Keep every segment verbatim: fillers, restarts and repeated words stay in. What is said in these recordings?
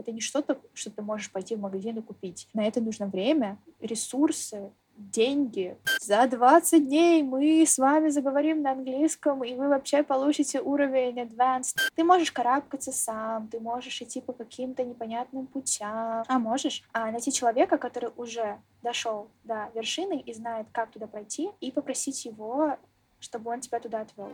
Это не что-то, что ты можешь пойти в магазин и купить. На это нужно время, ресурсы, деньги. За двадцать дней мы с вами заговорим на английском, и вы вообще получите уровень advanced. Ты можешь карабкаться сам, ты можешь идти по каким-то непонятным путям, а можешь а, найти человека, который уже дошел до вершины и знает, как туда пройти, и попросить его, чтобы он тебя туда отвел.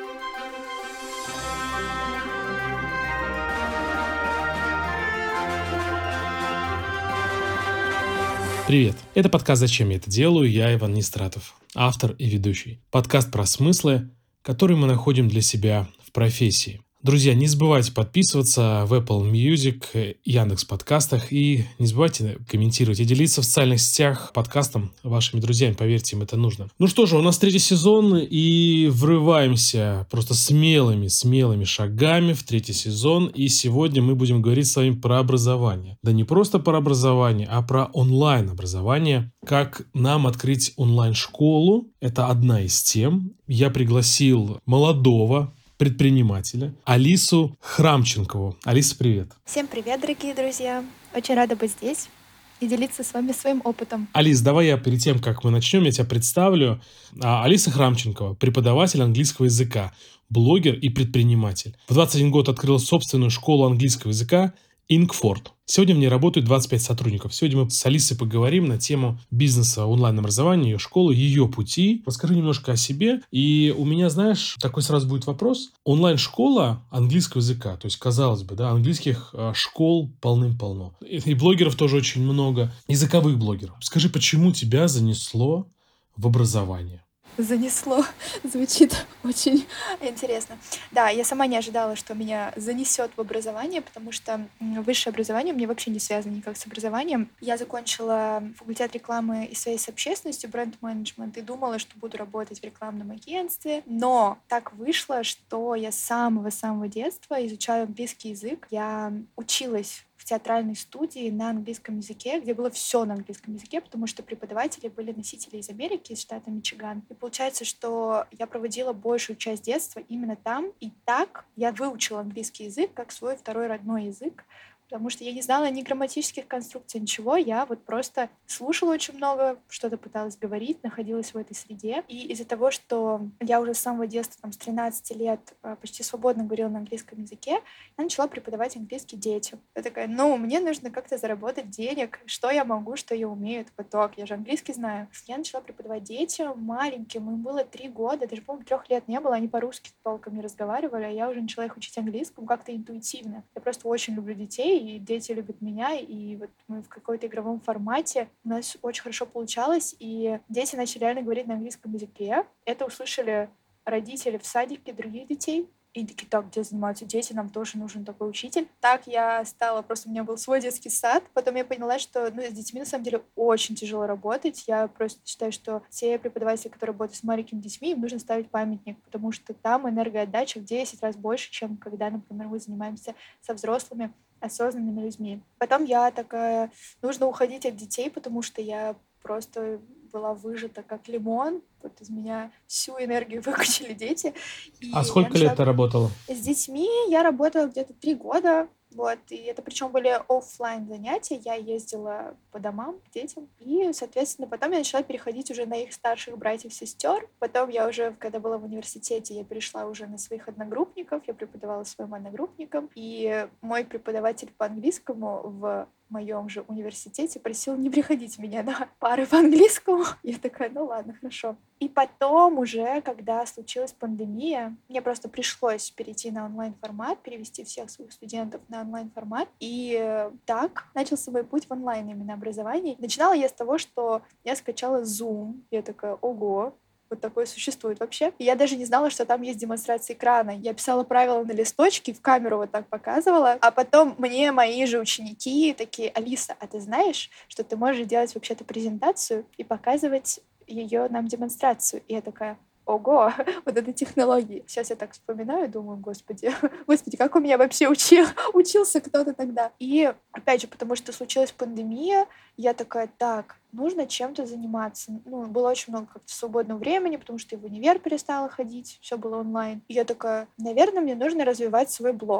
Привет! Это подкаст «Зачем я это делаю?» Я Иван Нестратов, автор и ведущий. Подкаст про смыслы, которые мы находим для себя в профессии. Друзья, не забывайте подписываться в Apple Music, Яндекс.Подкастах и не забывайте комментировать и делиться в социальных сетях подкастом вашими друзьями, поверьте, им это нужно. Ну что же, у нас третий сезон и врываемся просто смелыми, смелыми шагами в третий сезон, и сегодня мы будем говорить с вами про образование. Да не просто про образование, а про онлайн-образование. Как нам открыть онлайн-школу, это одна из тем. Я пригласил молодого предпринимателя Алису Храмченкову. Алиса, привет. Всем привет, дорогие друзья. Очень рада быть здесь и делиться с вами своим опытом. Алис, давай я перед тем, как мы начнем, я тебя представлю. Алиса Храмченкова, преподаватель английского языка, блогер и предприниматель. В двадцать один год открыла собственную школу английского языка Инкфорд. Сегодня в ней работают двадцать пять сотрудников. Сегодня мы с Алисой поговорим на тему бизнеса, онлайн-образования, ее школы, ее пути. Расскажи немножко о себе. И у меня, знаешь, такой сразу будет вопрос. Онлайн-школа английского языка, то есть, казалось бы, да, английских э, школ полным-полно. И, и блогеров тоже очень много, языковых блогеров. Скажи, почему тебя занесло в образование? Занесло. Звучит очень интересно. Да, я сама не ожидала, что меня занесет в образование, потому что высшее образование у меня вообще не связано никак с образованием. Я закончила факультет рекламы и связи с общественностью, бренд-менеджмент, и думала, что буду работать в рекламном агентстве. Но так вышло, что я с самого-самого детства изучаю английский язык. Я училась в театральной студии на английском языке, где было все на английском языке, потому что преподаватели были носители из Америки, из штата Мичиган. И получается, что я проводила большую часть детства именно там, и так я выучила английский язык как свой второй родной язык, потому что я не знала ни грамматических конструкций, ничего. Я вот просто слушала очень много, что-то пыталась говорить, находилась в этой среде. И из-за того, что я уже с самого детства, там, с тринадцати лет почти свободно говорила на английском языке, я начала преподавать английский детям. Я такая, ну, мне нужно как-то заработать денег. Что я могу, что я умею? Это поток. Я же английский знаю. Я начала преподавать детям маленьким. Им было три года, даже, по-моему, трех лет не было. Они по-русски толком не разговаривали, а я уже начала их учить английскому как-то интуитивно. Я просто очень люблю детей, и дети любят меня, и вот мы в какой-то игровом формате. У нас очень хорошо получалось, и дети начали реально говорить на английском языке. Это услышали родители в садике других детей. И такие, так, где занимаются дети, нам тоже нужен такой учитель. Так я стала, просто у меня был свой детский сад. Потом я поняла, что ну, с детьми на самом деле очень тяжело работать. Я просто считаю, что все преподаватели, которые работают с маленькими детьми, им нужно ставить памятник, потому что там энергоотдача в десять раз больше, чем когда, например, мы занимаемся со взрослыми, осознанными людьми. Потом я такая, нужно уходить от детей, потому что я просто была выжата как лимон. Вот из меня всю энергию выкачали дети. И а сколько лет ты работала? С детьми я работала где-то три года. Вот, и это причем были оффлайн занятия. Я ездила по домам к детям. И, соответственно, потом я начала переходить уже на их старших братьев-сестер. Потом я уже, когда была в университете, я перешла уже на своих одногруппников. Я преподавала своим одногруппникам. И мой преподаватель по английскому в моем же университете просил не приходить меня на пары по английскому. Я такая, ну ладно, хорошо. И потом уже, когда случилась пандемия, мне просто пришлось перейти на онлайн-формат, перевести всех своих студентов на онлайн-формат. И так начался мой путь в онлайн именно образовании. Начинала я с того, что я скачала Zoom. Я такая, ого, вот такое существует вообще. И я даже не знала, что там есть демонстрация экрана. Я писала правила на листочке, в камеру вот так показывала. А потом мне мои же ученики такие, Алиса, а ты знаешь, что ты можешь делать вообще-то презентацию и показывать ее нам демонстрацию? И я такая, ого, вот это технологии. Сейчас я так вспоминаю, думаю, господи, господи, как у меня вообще учил, учился кто-то тогда. И опять же, потому что случилась пандемия, я такая, так, нужно чем-то заниматься. Ну, было очень много как-то свободного времени, потому что я в универ перестала ходить, все было онлайн. И я такая, наверное, мне нужно развивать свой блог.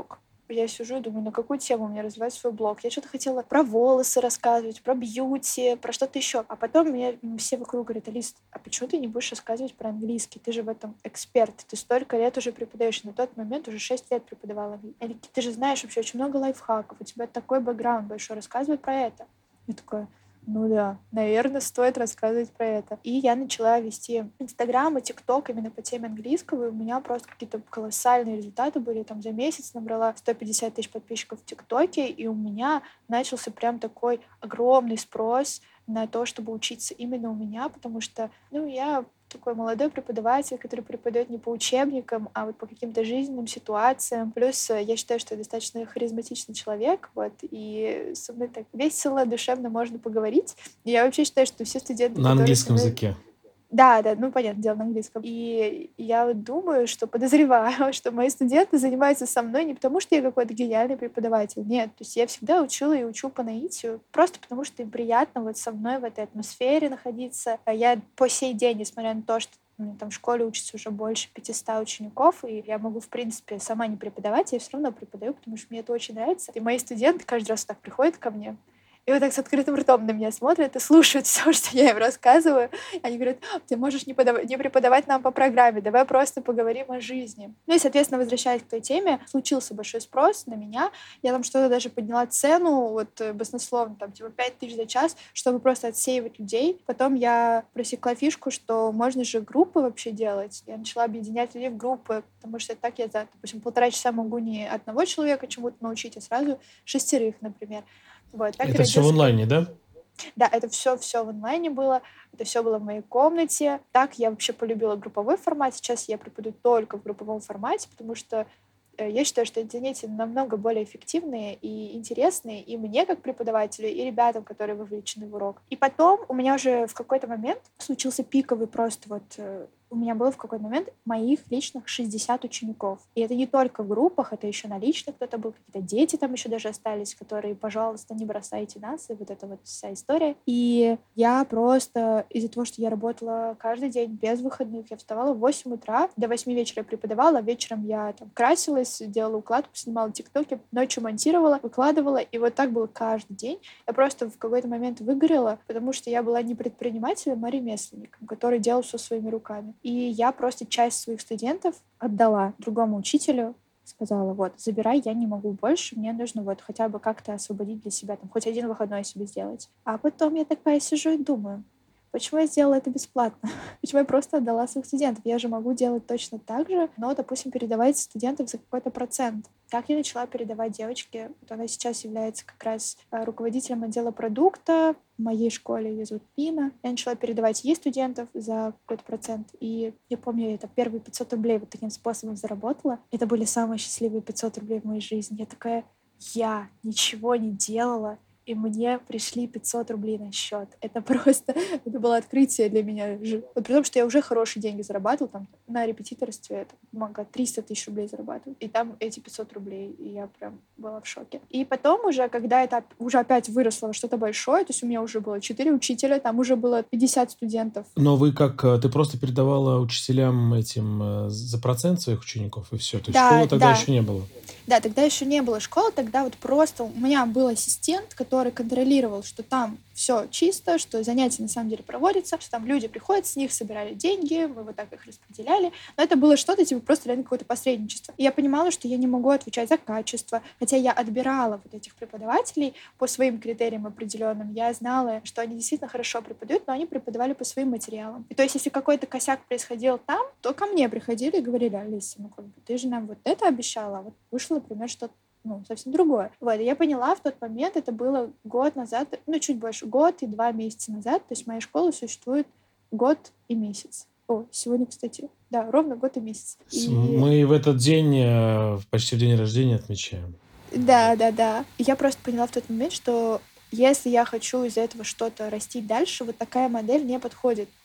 я сижу и думаю, на какую тему мне развивать свой блог. Я что-то хотела про волосы рассказывать, про бьюти, про что-то еще. А потом мне все вокруг говорят: Алис, а почему ты не будешь рассказывать про английский? Ты же в этом эксперт. Ты столько лет уже преподаешь. На тот момент уже шесть лет преподавала английский. Ты же знаешь вообще очень много лайфхаков. У тебя такой бэкграунд большой. Рассказывай про это. Я такая: ну да, наверное, стоит рассказывать про это. И я начала вести Инстаграм и ТикТок именно по теме английского, и у меня просто какие-то колоссальные результаты были. Там за месяц набрала сто пятьдесят тысяч подписчиков в ТикТоке, и у меня начался прям такой огромный спрос на то, чтобы учиться именно у меня, потому что, ну, я такой молодой преподаватель, который преподает не по учебникам, а вот по каким-то жизненным ситуациям. Плюс э, я считаю, что я достаточно харизматичный человек, вот, и со мной так весело, душевно можно поговорить. И я вообще считаю, что все студенты, На которые со английском мной... языке. Да, да, ну, понятное дело, на английском. И я вот думаю, что подозреваю, что мои студенты занимаются со мной не потому, что я какой-то гениальный преподаватель. Нет, то есть я всегда учила и учу по наитию, просто потому что им приятно вот со мной в этой атмосфере находиться. А я по сей день, несмотря на то, что у меня там в школе учится уже больше пятисот учеников, и я могу, в принципе, сама не преподавать, я все равно преподаю, потому что мне это очень нравится. И мои студенты каждый раз так приходят ко мне, и вот так с открытым ртом на меня смотрят и слушают все, что я им рассказываю. Они говорят: ты можешь не, подав- не преподавать нам по программе, давай просто поговорим о жизни. Ну и, соответственно, возвращаясь к той теме, случился большой спрос на меня. Я там что-то даже подняла цену, вот э, баснословно, там, типа пять тысяч за час, чтобы просто отсеивать людей. Потом я просекла фишку, что можно же группы вообще делать. Я начала объединять людей в группы, потому что так я за, допустим, полтора часа могу не одного человека чему-то научить, а сразу шестерых, например. Вот, так и Это все в родился проект. онлайне, да? Да, это все все в онлайне было, это все было в моей комнате. Так я вообще полюбила групповой формат. Сейчас я преподаю только в групповом формате, потому что э, я считаю, что эти занятия намного более эффективные и интересные и мне как преподавателю, и ребятам, которые вовлечены в урок. И потом у меня уже в какой-то момент случился пиковый просто вот э, у меня было в какой-то момент моих личных шестьдесят учеников. И это не только в группах, это еще на личных кто-то был, какие-то дети там еще даже остались, которые, пожалуйста, не бросайте нас, и вот эта вот вся история. И я просто из-за того, что я работала каждый день без выходных, я вставала в восемь утра, до восьми вечера я преподавала, вечером я там красилась, делала укладку, снимала тиктоки, ночью монтировала, выкладывала, и вот так было каждый день. Я просто в какой-то момент выгорела, потому что я была не предпринимателем, а ремесленником, который делал все своими руками. И я просто часть своих студентов отдала другому учителю, сказала: вот, забирай, я не могу больше, мне нужно вот хотя бы как-то освободить для себя, там, хоть один выходной себе сделать. А потом я такая сижу и думаю: почему я сделала это бесплатно? Почему я просто отдала своих студентов? Я же могу делать точно так же, но, допустим, передавать студентов за какой-то процент. Так я начала передавать девочке. Вот она сейчас является как раз э, руководителем отдела продукта в моей школе. Ее зовут Пина. Я начала передавать ей студентов за какой-то процент. И я помню, я это первые пятьсот рублей вот таким способом заработала. Это были самые счастливые пятьсот рублей в моей жизни. Я такая: я ничего не делала, и мне пришли пятьсот рублей на счет. Это просто, это было открытие для меня. Ж- Вот при том, что я уже хорошие деньги зарабатывала, там, на репетиторстве это могла триста тысяч рублей зарабатывать. И там эти пятьсот рублей, и я прям была в шоке. И потом уже, когда это оп- уже опять выросло во что-то большое, то есть у меня уже было четыре учителя, там уже было пятьдесят студентов. Но вы как, э, ты просто передавала учителям этим э, за процент своих учеников и все. То есть Да, школы тогда да. еще не было. Да, тогда еще не было школы, тогда вот просто у меня был ассистент, который контролировал, что там все чисто, что занятия на самом деле проводятся, что там люди приходят, с них собирали деньги, мы вот так их распределяли. Но это было что-то типа просто реально какое-то посредничество. И я понимала, что я не могу отвечать за качество, хотя я отбирала вот этих преподавателей по своим критериям определенным. Я знала, что они действительно хорошо преподают, но они преподавали по своим материалам. И то есть, если какой-то косяк происходил там, то ко мне приходили и говорили: Алиса, ну как бы ты же нам вот это обещала, а вот вышло, например, что-то ну, совсем другое. Вот, и я поняла в тот момент, это было год назад, ну, чуть больше, год и два месяца назад, то есть моя школа существует год и месяц. О, сегодня, кстати, да, ровно год и месяц. С- И Мы в этот день, э, почти в день рождения отмечаем. да, да, да. И я просто поняла в тот момент, что если я хочу из-за этого что-то расти дальше, вот такая модель не подходит.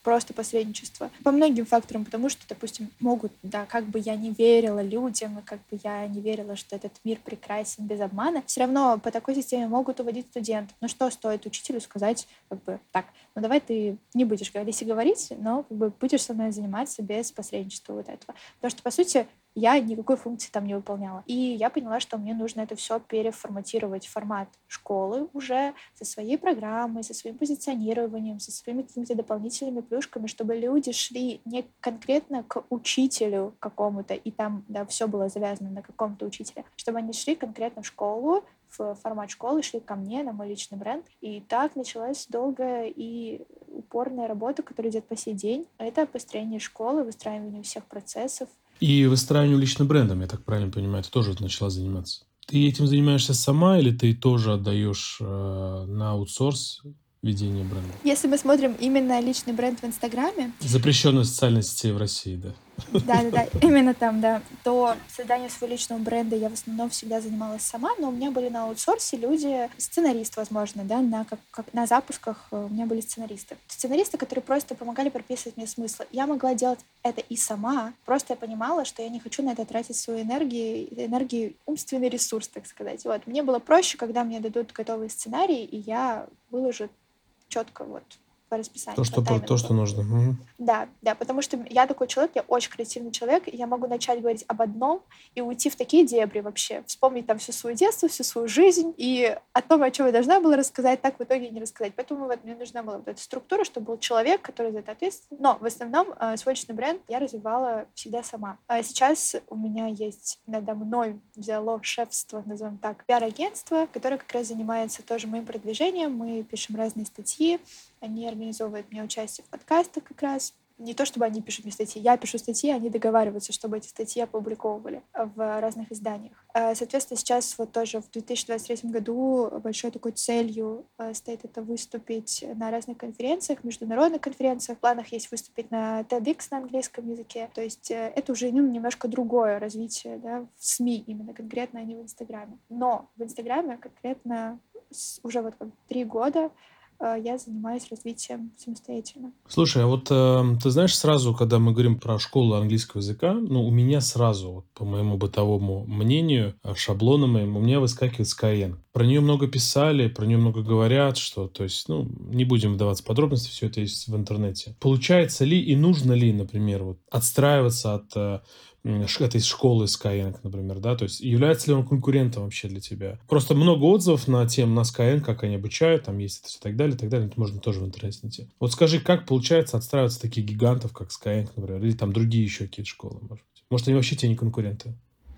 просто посредничество. По многим факторам, потому что, допустим, могут, да, как бы я не верила людям, и как бы я не верила, что этот мир прекрасен без обмана, все равно по такой системе могут уводить студентов. Ну что стоит учителю сказать, как бы, так, ну давай ты не будешь говорить и говорить, но как бы будешь со мной заниматься без посредничества вот этого. Потому что, по сути, я никакой функции там не выполняла. И я поняла, что мне нужно это все переформатировать в формат школы уже со своей программой, со своим позиционированием, со своими какими-то дополнительными плюшками, чтобы люди шли не конкретно к учителю какому-то, и там, да, все было завязано на каком-то учителе, чтобы они шли конкретно в школу, в формат школы, шли ко мне, на мой личный бренд. И так началась долгая и упорная работа, которая идет по сей день. Это построение школы, выстраивание всех процессов. И выстраиванием личным брендом, я так правильно понимаю, ты тоже начала заниматься. Ты этим занимаешься сама или ты тоже отдаешь э, на аутсорс ведение бренда? Если мы смотрим именно личный бренд в Инстаграме, Запрещенная социальная сеть в России, да. да-да-да, именно там, да, то созданием своего личного бренда я в основном всегда занималась сама, но у меня были на аутсорсе люди, сценарист, возможно, да, на, как, как на запусках у меня были сценаристы. Сценаристы, которые просто помогали прописывать мне смыслы. Я могла делать это и сама, просто я понимала, что я не хочу на это тратить свою энергию, энергию, умственный ресурс, так сказать. Вот. Мне было проще, когда мне дадут готовый сценарий, и я выложу четко вот по расписанию, То, что, по то, что таймингу. нужно. Мгм. Да, да, потому что я такой человек, я очень креативный человек, и я могу начать говорить об одном и уйти в такие дебри вообще, вспомнить там всю свою детство, всю свою жизнь, и о том, о чем я должна была рассказать, так в итоге и не рассказать. Поэтому вот мне нужна была вот эта структура, чтобы был человек, который за это ответственен. Но в основном э, свой личный бренд я развивала всегда сама. А сейчас у меня есть надо мной взяло шефство, назовем так, пиар-агентство, которое как раз занимается тоже моим продвижением. Мы пишем разные статьи, они организовывают мне участие в подкастах как раз. Не то, чтобы они пишут мне статьи, я пишу статьи, они договариваются, чтобы эти статьи опубликовывали в разных изданиях. Соответственно, сейчас вот тоже в две тысячи двадцать третьем году большой такой целью стоит это выступить на разных конференциях, международных конференциях. В планах есть выступить на TEDx на английском языке. То есть это уже ну, немножко другое развитие, да, в СМИ именно конкретно, а не в Инстаграме. Но в Инстаграме конкретно уже вот как три года я занимаюсь развитием самостоятельно. Слушай, а вот э, ты знаешь, сразу, когда мы говорим про школу английского языка, ну, у меня сразу, вот, по моему бытовому мнению, э, шаблону моему, у меня выскакивает Skyeng. Про нее много писали, про нее много говорят, что, то есть, ну, не будем вдаваться в подробности, все это есть в интернете. Получается ли и нужно ли, например, вот, отстраиваться от э, этой школы Skyeng, например, да, то есть является ли он конкурентом вообще для тебя? Просто много отзывов на тему на Skyeng, как они обучают, там есть это все и так далее, и так далее, это можно тоже в интернете найти. Вот скажи, как получается отстраиваться таких гигантов, как Skyeng, например, или там другие еще какие-то школы, может быть? Может, они вообще тебе не конкуренты?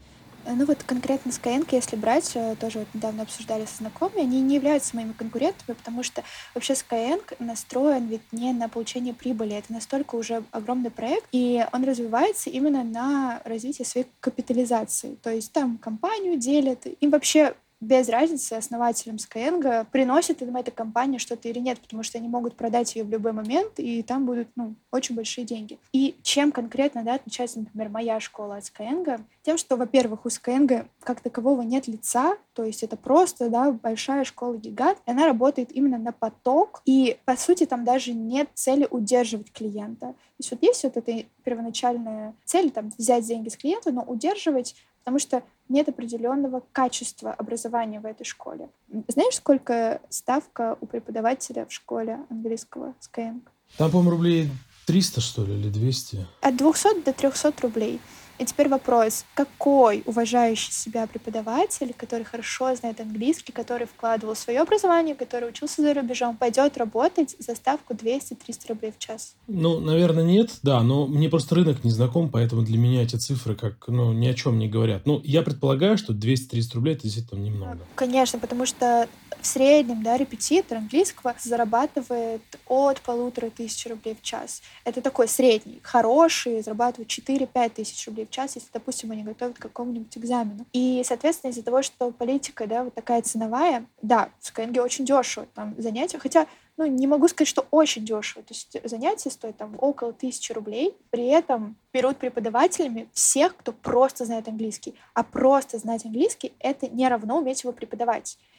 Ну вот конкретно Skyeng, если брать, тоже вот недавно обсуждали со знакомыми, они не являются моими конкурентами, потому что вообще Skyeng настроен ведь не на получение прибыли, это настолько уже огромный проект, и он развивается именно на развитии своей капитализации. То есть там компанию делят, им вообще без разницы основателям Skyeng приносит им эта компания что-то или нет, потому что они могут продать ее в любой момент, и там будут ну, очень большие деньги. И чем конкретно да, отличается, например, моя школа от Skyeng? Тем, что, во-первых, у Skyeng как такового нет лица, то есть это просто да, большая школа-гигант, и она работает именно на поток, и, по сути, там даже нет цели удерживать клиента. То есть вот есть вот эта первоначальная цель, там, взять деньги с клиента, но удерживать, потому что нет определенного качества образования в этой школе. Знаешь, сколько ставка у преподавателя в школе английского Skyeng? Там, по-моему, рублей триста, что ли, или двести? От двухсот до трехсот рублей. И теперь вопрос, какой уважающий себя преподаватель, который хорошо знает английский, который вкладывал в свое образование, который учился за рубежом, пойдет работать за ставку двести-триста рублей в час? Ну, наверное, нет, да, но мне просто рынок не знаком, поэтому для меня эти цифры как, ну, ни о чем не говорят. Ну, я предполагаю, что двести-триста рублей – это действительно немного. Конечно, потому что в среднем, да, репетитор английского зарабатывает от полутора тысяч рублей в час. Это такой средний. Хороший зарабатывает четыре-пять тысяч рублей в час, если, допустим, они готовят к какому-нибудь экзамену. И, соответственно, из-за того, что политика, да, вот такая ценовая, да, в Skyeng очень дешево там занятия, хотя ну, не могу сказать, что очень дешево. То есть занятия стоят там около тысячи рублей. При этом берут преподавателями всех, кто просто знает английский. А просто знать английский — это не равно уметь его преподавать.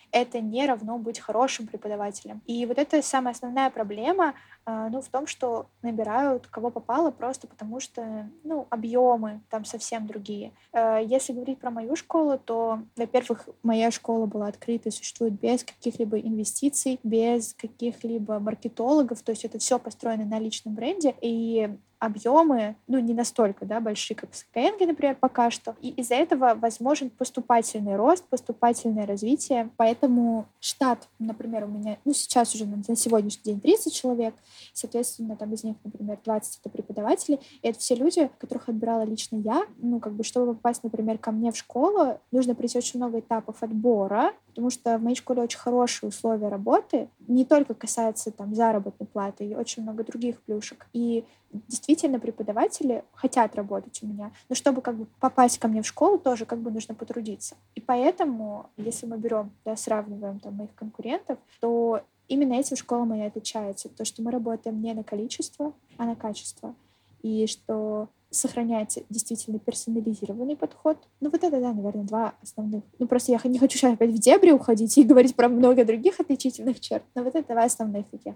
это не равно быть хорошим преподавателем. И вот это самая основная проблема, а, ну, в том, что набирают кого попало просто потому, что, ну, объемы там совсем другие. Э, Если говорить про мою школу, то, во-первых, моя школа была открыта и существует без каких-либо инвестиций, без каких-либо маркетологов, то есть это все построено на личном бренде, и объемы, ну, не настолько, да, большие, как в Skyeng, например, пока что. И из-за этого возможен поступательный рост, поступательное развитие. Поэтому штат, например, у меня, ну, сейчас уже на, на сегодняшний день тридцать человек, соответственно, там из них, например, двадцать это преподаватели, и это все люди, которых отбирала лично я. Ну, как бы, чтобы попасть, например, ко мне в школу, нужно пройти очень много этапов отбора, потому что в моей школе очень хорошие условия работы, не только касается там заработной платы, и очень много других плюшек. И действительно преподаватели хотят работать у меня, но чтобы как бы попасть ко мне в школу, тоже как бы нужно потрудиться. И поэтому, если мы берем, да, сравниваем там моих конкурентов, то именно этим школа моя отличается. То, что мы работаем не на количество, а на качество. И что сохраняется действительно персонализированный подход. Ну вот это, да, наверное, два основных. Ну просто я х- не хочу сейчас опять в дебри уходить и говорить про много других отличительных черт, но вот это два основных таких.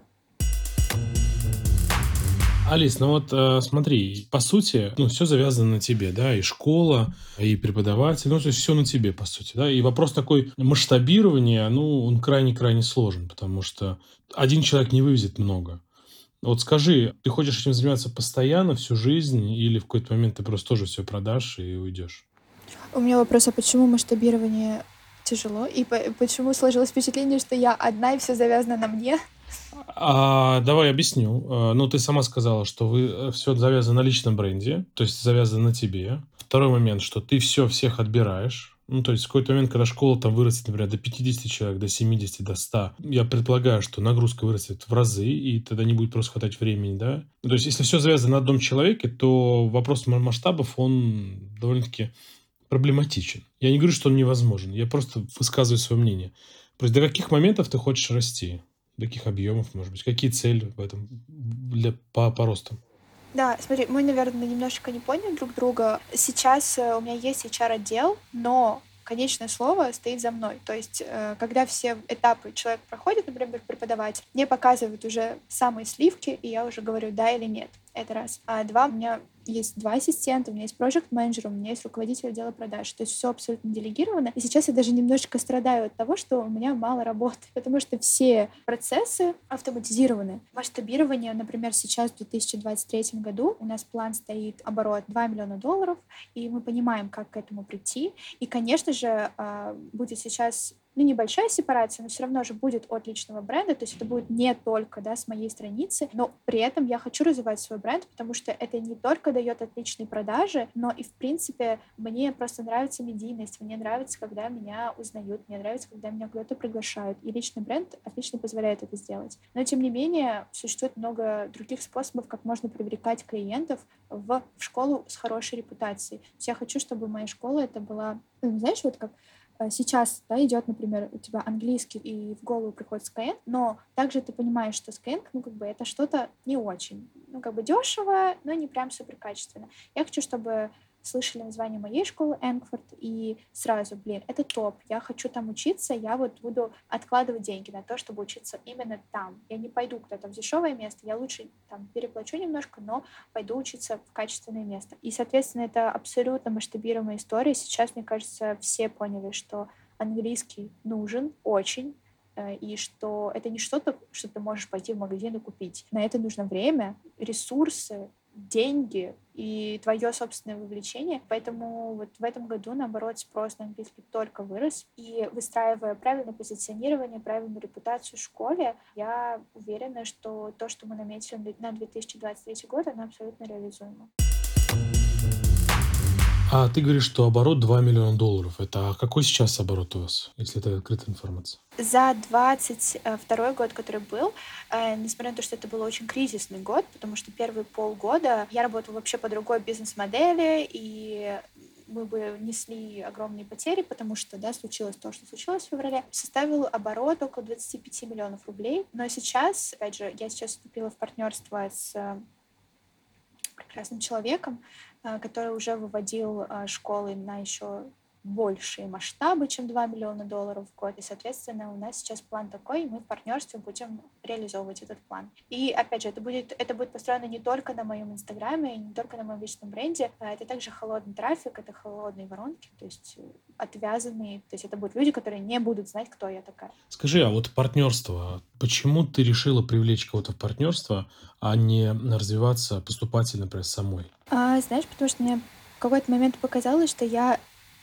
Алис, ну вот э, смотри, по сути, ну, все завязано на тебе, да, и школа, и преподаватель, ну, то есть все на тебе, по сути, да, и вопрос такой масштабирования, ну, он крайне-крайне сложен, потому что один человек не вывезет много. Вот скажи, ты хочешь этим заниматься постоянно, всю жизнь, или в какой-то момент ты просто тоже все продашь и уйдешь? У меня вопрос, а почему масштабирование тяжело? И по- почему сложилось впечатление, что я одна и все завязано на мне? А, давай объясню. А, ну, ты сама сказала, что вы все завязано на личном бренде, то есть завязано на тебе. Второй момент, что ты все всех отбираешь. Ну, то есть в какой-то момент, когда школа там вырастет, например, до пятидесяти человек, до семидесяти, до ста, я предполагаю, что нагрузка вырастет в разы, и тогда не будет просто хватать времени, да? Ну, то есть если все завязано на одном человеке, то вопрос ма- масштабов, он довольно-таки проблематичен. Я не говорю, что он невозможен, я просто высказываю свое мнение. То есть до каких моментов ты хочешь расти? До каких объемов, может быть? Какие цели в этом для, по, по росту? Да, смотри, мы, наверное, немножечко не поняли друг друга. Сейчас э, у меня есть H R-отдел, но конечное слово стоит за мной. То есть, э, когда все этапы человек проходит, например, преподаватель, мне показывают уже самые сливки, и я уже говорю да или нет. Это раз. А два, у меня есть два ассистента, у меня есть проект менеджер, у меня есть руководитель отдела продаж. То есть все абсолютно делегировано. И сейчас я даже немножечко страдаю от того, что у меня мало работы, потому что все процессы автоматизированы. Масштабирование, например, сейчас в две тысячи двадцать третьем году у нас план стоит оборот два миллиона долларов, и мы понимаем, как к этому прийти. И, конечно же, а, будет сейчас ну, небольшая сепарация, но все равно же будет от личного бренда, то есть это будет не только, да, с моей страницы, но при этом я хочу развивать свой бренд, потому что это не только дает отличные продажи, но и, в принципе, мне просто нравится медийность, мне нравится, когда меня узнают, мне нравится, когда меня куда-то приглашают, и личный бренд отлично позволяет это сделать. Но, тем не менее, существует много других способов, как можно привлекать клиентов в, в школу с хорошей репутацией. То есть я хочу, чтобы моя школа это была, ну, знаешь, вот как э, сейчас, да, идет, например, у тебя английский, и в голову приходит Skyeng, но также ты понимаешь, что Skyeng, ну, как бы это что-то не очень, ну, как бы дешево, но не прям супер качественно. Я хочу, чтобы слышали название моей школы Энгфорд, и сразу, блин, это топ, я хочу там учиться, я вот буду откладывать деньги на то, чтобы учиться именно там. Я не пойду куда-то в дешевое место, я лучше там переплачу немножко, но пойду учиться в качественное место. И, соответственно, это абсолютно масштабируемая история. Сейчас, мне кажется, все поняли, что английский нужен очень, э, и что это не что-то, что ты можешь пойти в магазин и купить. На это нужно время, ресурсы, деньги и твое собственное вовлечение. Поэтому вот в этом году, наоборот, спрос на английский только вырос. И выстраивая правильное позиционирование, правильную репутацию в школе, я уверена, что то, что мы наметили на две тысячи двадцать третий год, оно абсолютно реализуемо. А ты говоришь, что оборот два миллиона долларов. Это какой сейчас оборот у вас, если это открытая информация? За двадцать второй год, который был, э, несмотря на то, что это был очень кризисный год, потому что первые полгода я работала вообще по другой бизнес-модели, и мы бы несли огромные потери, потому что, да, случилось то, что случилось в феврале, составил оборот около двадцать пять миллионов рублей. Но сейчас, опять же, я сейчас вступила в партнерство с э, прекрасным человеком, э, который уже выводил э, школы на еще большие масштабы, чем два миллиона долларов в год. И, соответственно, у нас сейчас план такой, и мы в партнерстве будем реализовывать этот план. И, опять же, это будет, это будет построено не только на моем Инстаграме, не только на моем личном бренде, а это также холодный трафик, это холодные воронки, то есть отвязанные, то есть это будут люди, которые не будут знать, кто я такая. Скажи, а вот партнерство, почему ты решила привлечь кого-то в партнерство, а не развиваться поступательно, например, самой? А, знаешь, потому что мне в какой-то момент показалось, что я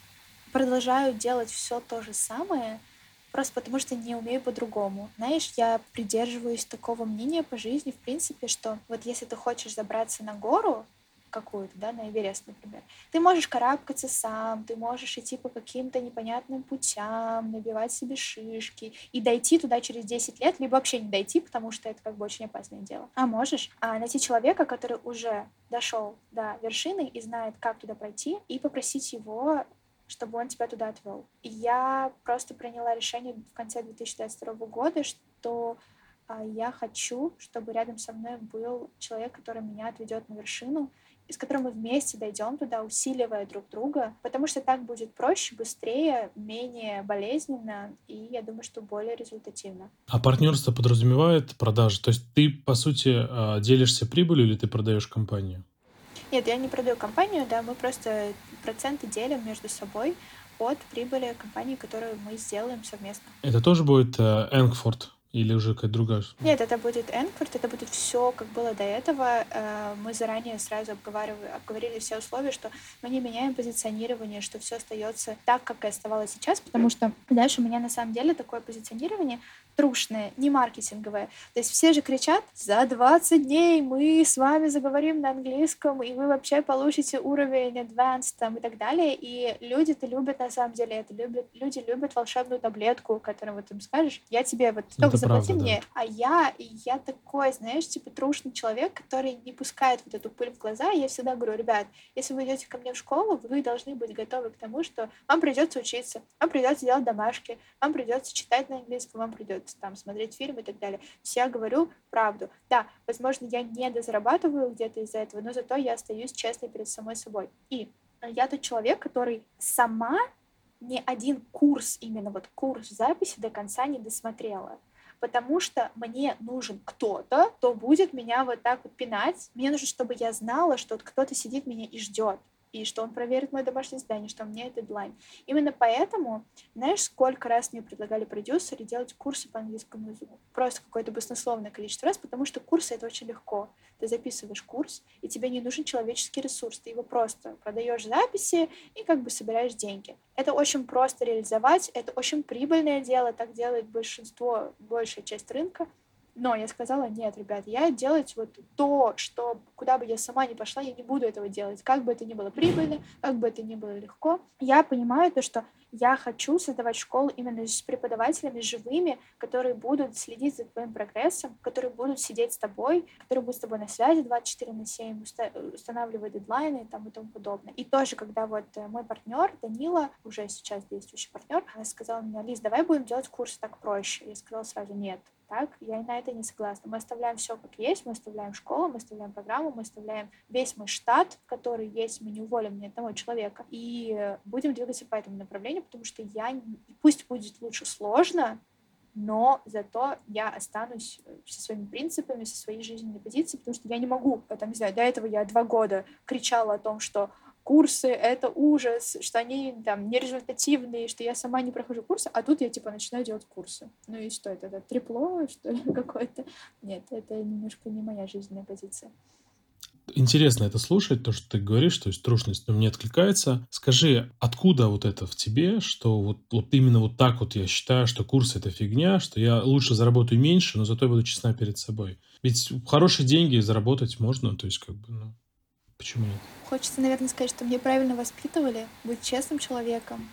продолжаю делать все то же самое, просто потому что не умею по-другому. Знаешь, я придерживаюсь такого мнения по жизни, в принципе, что вот если ты хочешь забраться на гору какую-то, да, на Эверест, например, ты можешь карабкаться сам, ты можешь идти по каким-то непонятным путям, набивать себе шишки и дойти туда через десять лет, либо вообще не дойти, потому что это как бы очень опасное дело. А можешь а, найти человека, который уже дошел до вершины и знает, как туда пройти, и попросить его, чтобы он тебя туда отвел. И я просто приняла решение в конце две тысячи двадцать второго года, что а, я хочу, чтобы рядом со мной был человек, который меня отведет на вершину, и с которым мы вместе дойдем туда, усиливая друг друга, потому что так будет проще, быстрее, менее болезненно и, я думаю, что более результативно. А партнерство подразумевает продажи? То есть ты, по сути, а, делишься прибылью или ты продаешь компанию? Нет, я не продаю компанию, да, мы просто проценты делим между собой от прибыли компании, которую мы сделаем совместно. Это тоже будет э, Энгфорд или уже какая-то другая? Нет, это будет Энкфорд, это будет все, как было до этого. Э, Мы заранее сразу обговаривали, обговорили все условия, что мы не меняем позиционирование, что все остается так, как и оставалось сейчас, потому что дальше у меня на самом деле такое позиционирование трушное, не маркетинговое. То есть все же кричат: за двадцать дней мы с вами заговорим на английском, и вы вообще получите уровень advanced там, и так далее. И люди-то любят на самом деле это. Любят, люди любят волшебную таблетку, которую вот им скажешь: я тебе вот только Это заплати правда, да. мне. А я, я такой, знаешь, типа трушный человек, который не пускает вот эту пыль в глаза. И я всегда говорю: ребят, если вы идете ко мне в школу, вы должны быть готовы к тому, что вам придется учиться, вам придется делать домашки, вам придется читать на английском, вам придется там смотреть фильмы и так далее. То есть я говорю правду. Да, возможно, я не дозарабатываю где-то из-за этого, но зато я остаюсь честной перед самой собой. И я тот человек, который сама ни один курс, именно вот курс записи до конца не досмотрела. Потому что мне нужен кто-то, кто будет меня вот так вот пинать. Мне нужно, чтобы я знала, что вот кто-то сидит меня и ждет, и что он проверит мое домашнее задание, что у меня это дедлайн. Именно поэтому, знаешь, сколько раз мне предлагали продюсеры делать курсы по английскому языку? Просто какое-то баснословное количество раз, потому что курсы — это очень легко. Ты записываешь курс, и тебе не нужен человеческий ресурс. Ты его просто продаешь записи и как бы собираешь деньги. Это очень просто реализовать, это очень прибыльное дело, так делает большинство, большая часть рынка. Но я сказала: нет, ребят, я делать вот то, что куда бы я сама ни пошла, я не буду этого делать. Как бы это ни было прибыльно, как бы это ни было легко. Я понимаю то, что я хочу создавать школу именно с преподавателями живыми, которые будут следить за твоим прогрессом, которые будут сидеть с тобой, которые будут с тобой на связи двадцать четыре на семь, уста- устанавливать дедлайны и, там, и тому подобное. И тоже, когда вот э, мой партнер Данила, уже сейчас действующий партнер, она сказала мне: Лиз, давай будем делать курсы так проще. Я сказала сразу: нет, так, я на это не согласна. Мы оставляем все как есть, мы оставляем школу, мы оставляем программу, мы оставляем весь мой штат, который есть, мы не уволим ни одного человека, и э, будем двигаться по этому направлению, потому что я, не- пусть будет лучше сложно, но зато я останусь э, со своими принципами, со своей жизненной позицией, потому что я не могу, я там, не знаю, до этого я два года кричала о том, что курсы — это ужас, что они там нерезультативные, что я сама не прохожу курсы, а тут я типа начинаю делать курсы. Ну и что это? Это трепло, что ли, какое-то? Нет, это немножко не моя жизненная позиция. Интересно это слушать, то, что ты говоришь, то есть трушность, но мне откликается. Скажи, откуда вот это в тебе, что вот, вот именно вот так вот я считаю, что курс — это фигня, что я лучше заработаю меньше, но зато я буду честна перед собой. Ведь хорошие деньги заработать можно, то есть как бы, ну, почему нет? Хочется, наверное, сказать, что мне правильно воспитывали быть честным человеком.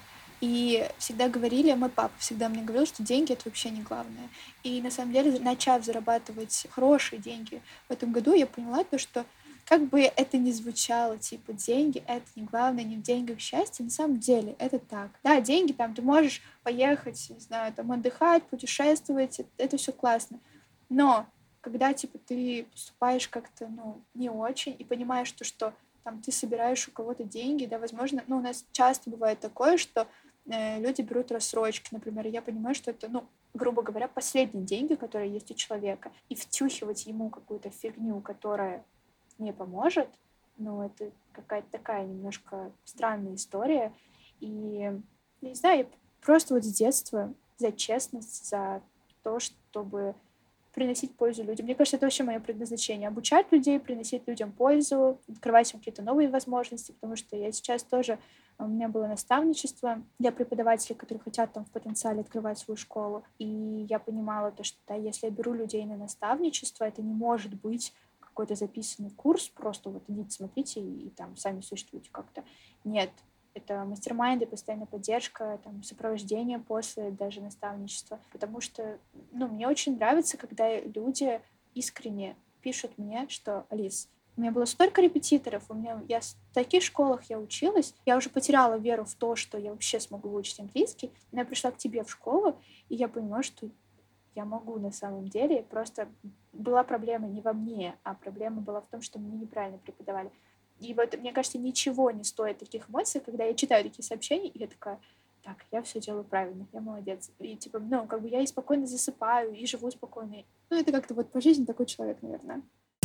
И всегда говорили, мой папа всегда мне говорил, что деньги — это вообще не главное. И на самом деле, начав зарабатывать хорошие деньги в этом году, я поняла то, что как бы это ни звучало, типа, деньги — это не главное, не в деньгах счастье, на самом деле это так. Да, деньги там, ты можешь поехать, не знаю, там, отдыхать, путешествовать, это, это все классно. Но когда, типа, ты поступаешь как-то, ну, не очень и понимаешь то, что там ты собираешь у кого-то деньги, да, возможно, ну, у нас часто бывает такое, что э, люди берут рассрочки, например, и я понимаю, что это, ну, грубо говоря, последние деньги, которые есть у человека, и втюхивать ему какую-то фигню, которая не поможет, ну, это какая-то такая немножко странная история, и, не знаю, я просто вот с детства за честность, за то, чтобы приносить пользу людям. Мне кажется, это вообще мое предназначение. Обучать людей, приносить людям пользу, открывать им какие-то новые возможности, потому что я сейчас тоже... У меня было наставничество для преподавателей, которые хотят там в потенциале открывать свою школу. И я понимала то, что да, если я беру людей на наставничество, это не может быть какой-то записанный курс, просто вот идите, смотрите и, и там сами существуете как-то. Нет, это мастер-майнды, постоянная поддержка, там, сопровождение после даже наставничества. Потому что, ну, мне очень нравится, когда люди искренне пишут мне, что «Алис, у меня было столько репетиторов, у меня, я в таких школах я училась, я уже потеряла веру в то, что я вообще смогу выучить английский, но я пришла к тебе в школу, и я поняла, что я могу на самом деле, просто была проблема не во мне, а проблема была в том, что мне неправильно преподавали». И вот, мне кажется, ничего не стоит таких эмоций, когда я читаю такие сообщения, и я такая, так, я все делаю правильно, я молодец. И типа, ну, как бы я и спокойно засыпаю, и живу спокойно. Ну, это как-то вот по жизни такой человек, наверное.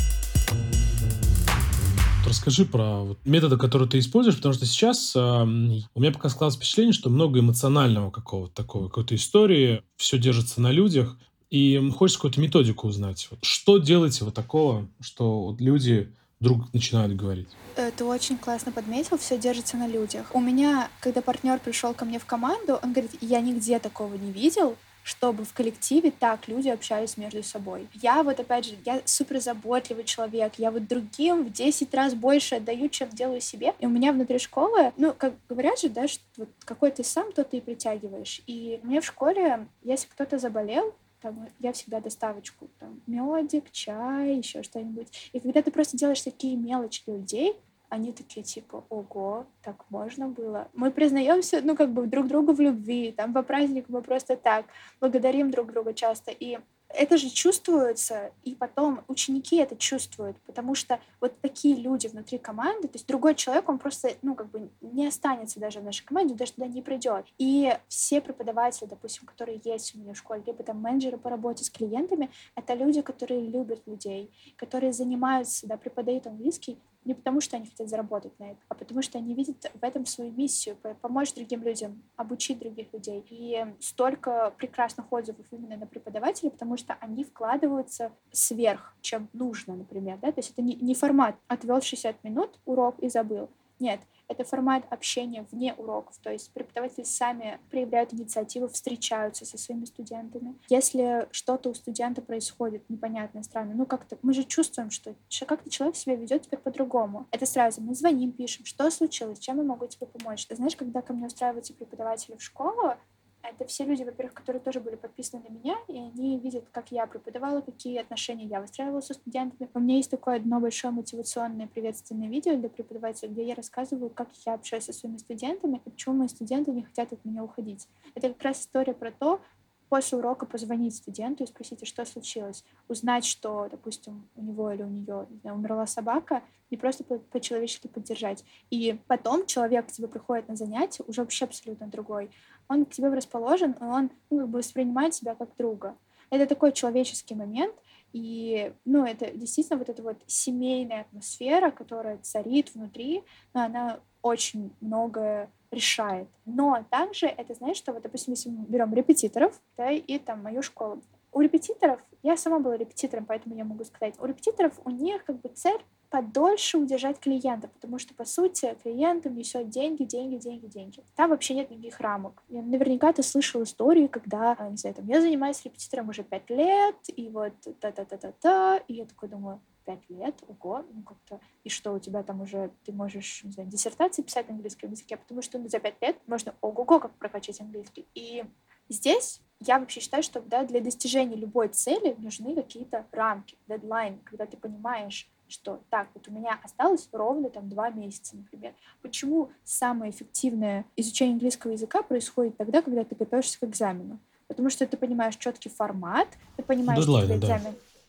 Расскажи про вот методы, которые ты используешь, потому что сейчас эм, у меня пока складывается впечатление, что много эмоционального какого-то такого, какой-то истории, все держится на людях, и м, хочется какую-то методику узнать. Вот что делаете вот такого, что вот люди вдруг начинают говорить? Э, Ты очень классно подметил, все держится на людях. У меня, когда партнер пришел ко мне в команду, он говорит, я нигде такого не видел, чтобы в коллективе так люди общались между собой. Я вот, опять же, я супер заботливый человек, я вот другим в десять раз больше отдаю, чем делаю себе. И у меня внутри школы, ну, как говорят же, да, что вот какой ты сам, то ты и притягиваешь. И мне в школе, если кто-то заболел, там, я всегда доставочку, там, медик, чай, еще что-нибудь. И когда ты просто делаешь такие мелочи для людей, они такие типа, ого, так можно было. Мы признаемся, ну, как бы друг другу в любви, там, по празднику мы просто так благодарим друг друга часто. И это же чувствуется, и потом ученики это чувствуют, потому что вот такие люди внутри команды, то есть другой человек, он просто, ну, как бы не останется даже в нашей команде, даже туда не придет. И все преподаватели, допустим, которые есть у меня в школе, либо там менеджеры по работе с клиентами, это люди, которые любят людей, которые занимаются, да, преподают английский, не потому, что они хотят заработать на это, а потому что они видят в этом свою миссию, помочь другим людям, обучить других людей. И столько прекрасных отзывов именно на преподавателей, потому что они вкладываются сверх, чем нужно, например. Да? То есть это не, не формат «отвел шестьдесят минут урок и забыл». Нет, это формат общения вне уроков. То есть преподаватели сами проявляют инициативу, встречаются со своими студентами. Если что-то у студента происходит непонятное, странное, ну как-то мы же чувствуем, что как-то человек себя ведет теперь по-другому. Это сразу мы звоним, пишем, что случилось, чем я могу тебе помочь. Ты знаешь, когда ко мне устраиваются преподаватели в школу, это все люди, во-первых, которые тоже были подписаны на меня, и они видят, как я преподавала, какие отношения я выстраивала со студентами. У меня есть такое одно большое мотивационное приветственное видео для преподавателя, где я рассказываю, как я общаюсь со своими студентами и почему мои студенты не хотят от меня уходить. Это как раз история про то, после урока позвонить студенту и спросить, а что случилось. Узнать, что, допустим, у него или у нее, не знаю, умерла собака, и просто по- по-человечески поддержать. И потом человек к тебе приходит на занятие, уже вообще абсолютно другой. Он к тебе расположен, и он, ну, как бы воспринимает тебя как друга. Это такой человеческий момент, и, ну, это действительно вот эта вот семейная атмосфера, которая царит внутри, но она очень многое решает. Но также это, знаешь, что вот, допустим, если мы берем репетиторов, да, и там мою школу. У репетиторов, я сама была репетитором, поэтому я могу сказать, у репетиторов у них как бы цель подольше удержать клиента, потому что, по сути, клиент им несет деньги, деньги, деньги, деньги. Там вообще нет никаких рамок. Я, наверняка ты слышал истории, когда, не знаю, там, я занимаюсь репетитором уже пять лет, и вот та-та-та-та-та, и я такой думаю, пять лет, ого, ну как-то, и что у тебя там уже, ты можешь, не знаю, диссертации писать на английском языке, потому что ну, за пять лет можно ого-го как прокачать английский. И здесь я вообще считаю, что да, для достижения любой цели нужны какие-то рамки, дедлайн, когда ты понимаешь, что так, вот у меня осталось ровно там два месяца, например. Почему самое эффективное изучение английского языка происходит тогда, когда ты готовишься к экзамену? Потому что ты понимаешь четкий формат, ты понимаешь, что тебе Дедлайны, да. экзамен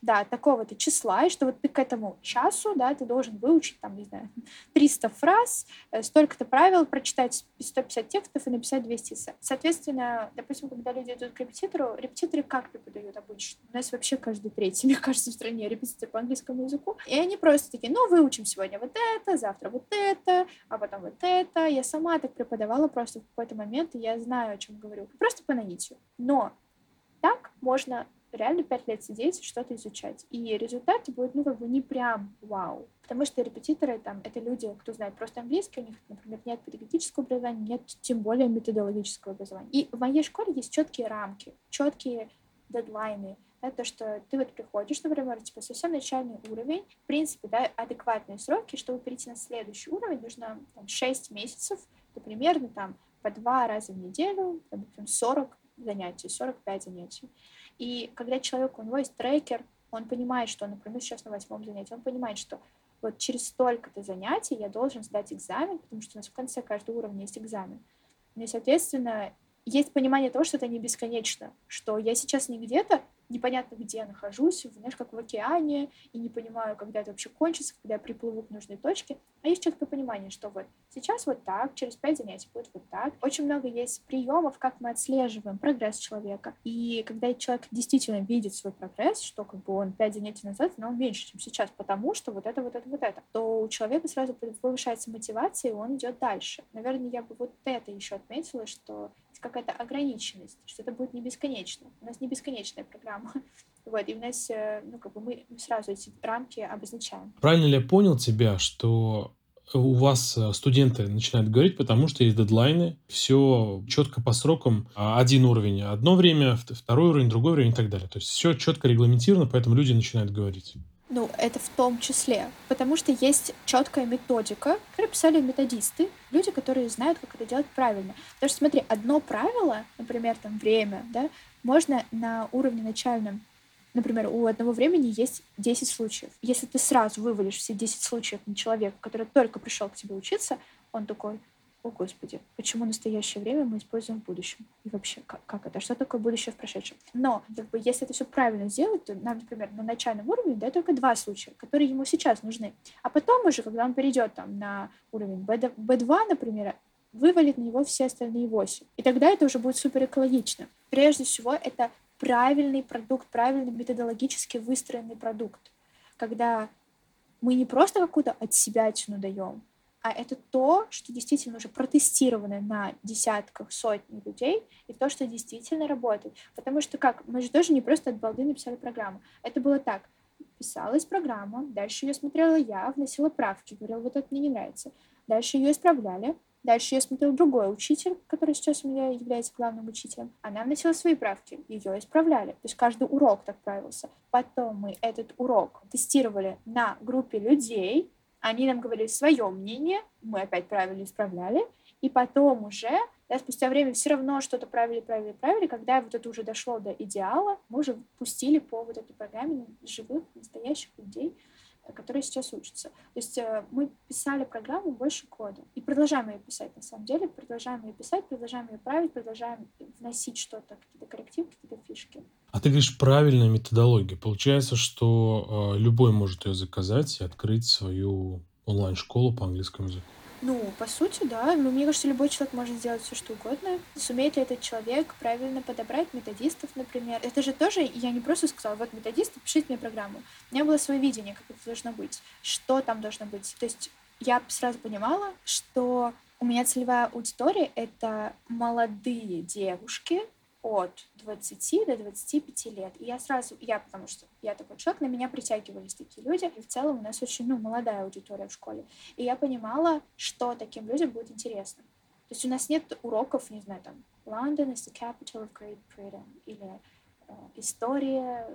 да, такого-то числа, и что вот ты к этому часу, да, ты должен выучить, там, не знаю, триста фраз, э, столько-то правил, прочитать сто пятьдесят текстов и написать двести эссе. Соответственно, допустим, когда люди идут к репетитору, репетиторы как преподают обычно? У нас вообще каждый третий, мне кажется, в стране репетитор по английскому языку. И они просто такие, ну, выучим сегодня вот это, завтра вот это, а потом вот это. Я сама так преподавала просто в какой-то момент, и я знаю, о чем говорю. Просто по наитию. Но так можно реально пять лет сидеть и что-то изучать. И результат будет, ну, как бы не прям вау. Потому что репетиторы там — это люди, кто знает просто английский, у них, например, нет педагогического образования, нет тем более методологического образования. И в моей школе есть четкие рамки, четкие дедлайны. Да, то, что ты вот приходишь, например, типа совсем начальный уровень, в принципе, да, адекватные сроки, чтобы перейти на следующий уровень, нужно там, шесть месяцев, то примерно там по два раза в неделю, допустим, сорок занятий, сорок пять занятий. И когда человек, у него есть трекер, он понимает, что, например, сейчас на восьмом занятии, он понимает, что вот через столько-то занятий я должен сдать экзамен, потому что у нас в конце каждого уровня есть экзамен. Ну и, соответственно, есть понимание того, что это не бесконечно, что я сейчас не где-то, непонятно где нахожусь, знаешь, как в океане, и не понимаю, когда это вообще кончится, когда я приплыву к нужной точке. А есть четкое понимание, что вот сейчас вот так, через пять занятий будет вот так. Очень много есть приемов, как мы отслеживаем прогресс человека. И когда человек действительно видит свой прогресс, что как бы он пять занятий назад знал меньше, чем сейчас, потому что вот это, вот это, вот это, то у человека сразу повышается мотивация, и он идет дальше. Наверное, я бы вот это еще отметила, что какая-то ограниченность, что это будет не бесконечно. У нас не бесконечная программа. Вот, и у нас, ну, как бы мы сразу эти рамки обозначаем. Правильно ли я понял тебя, что у вас э, студенты начинают говорить, потому что есть дедлайны, все четко по срокам, а, один уровень одно время, вт- второй уровень другое время и так далее. То есть все четко регламентировано, поэтому люди начинают говорить. Ну, это в том числе, потому что есть четкая методика, которую писали методисты, люди, которые знают, как это делать правильно. Потому что, смотри, одно правило, например, там время, да, можно на уровне начальном, например, у одного времени есть десять случаев. Если ты сразу вывалишь все десять случаев на человека, который только пришел к тебе учиться, он такой: о, Господи, почему настоящее время мы используем в будущем? И вообще, как, как это? Что такое будущее в прошедшем? Но, как бы, если это все правильно сделать, то нам, например, на начальном уровне дают только два случая, которые ему сейчас нужны. А потом уже, когда он перейдет там, на уровень би два, например, вывалит на него все остальные восемь. И тогда это уже будет супер экологично. Прежде всего, это правильный продукт, правильный методологически выстроенный продукт. Когда мы не просто какую-то отсебятину даем, а это то, что действительно уже протестировано на десятках, сотнях людей, и то, что действительно работает. Потому что как? Мы же тоже не просто от балды написали программу. Это было так. Писалась программа, дальше ее смотрела я, вносила правки, говорила, вот это мне не нравится. Дальше ее исправляли. Дальше ее смотрел другой учитель, который сейчас у меня является главным учителем. Она вносила свои правки, ее исправляли. То есть каждый урок так правился. Потом мы этот урок тестировали на группе людей, они нам говорили свое мнение, мы опять правильно исправляли, и потом уже, да, спустя время все равно что-то правили, правили, правили, когда вот это уже дошло до идеала, мы уже пустили по вот этой программе живых, настоящих людей, которые сейчас учатся. То есть э, мы писали программу больше года. И продолжаем ее писать, на самом деле. Продолжаем ее писать, продолжаем ее править, продолжаем вносить что-то, какие-то коррективы, какие-то фишки. А ты говоришь, правильная методология. Получается, что э, любой может ее заказать и открыть свою онлайн-школу по английскому языку. Ну, по сути, да. Ну, мне кажется, любой человек может сделать все, что угодно. Сумеет ли этот человек правильно подобрать методистов, например? Это же тоже, я не просто сказала, вот методисты, пишите мне программу. У меня было свое видение, как это должно быть, что там должно быть. То есть я сразу понимала, что у меня целевая аудитория — это молодые девушки от двадцати до двадцати пяти лет. И я сразу, я, потому что я такой человек, на меня притягивались такие люди. И в целом у нас очень, ну, молодая аудитория в школе. И я понимала, что таким людям будет интересно. То есть у нас нет уроков, не знаю, там, London is the capital of Great Britain, или э, история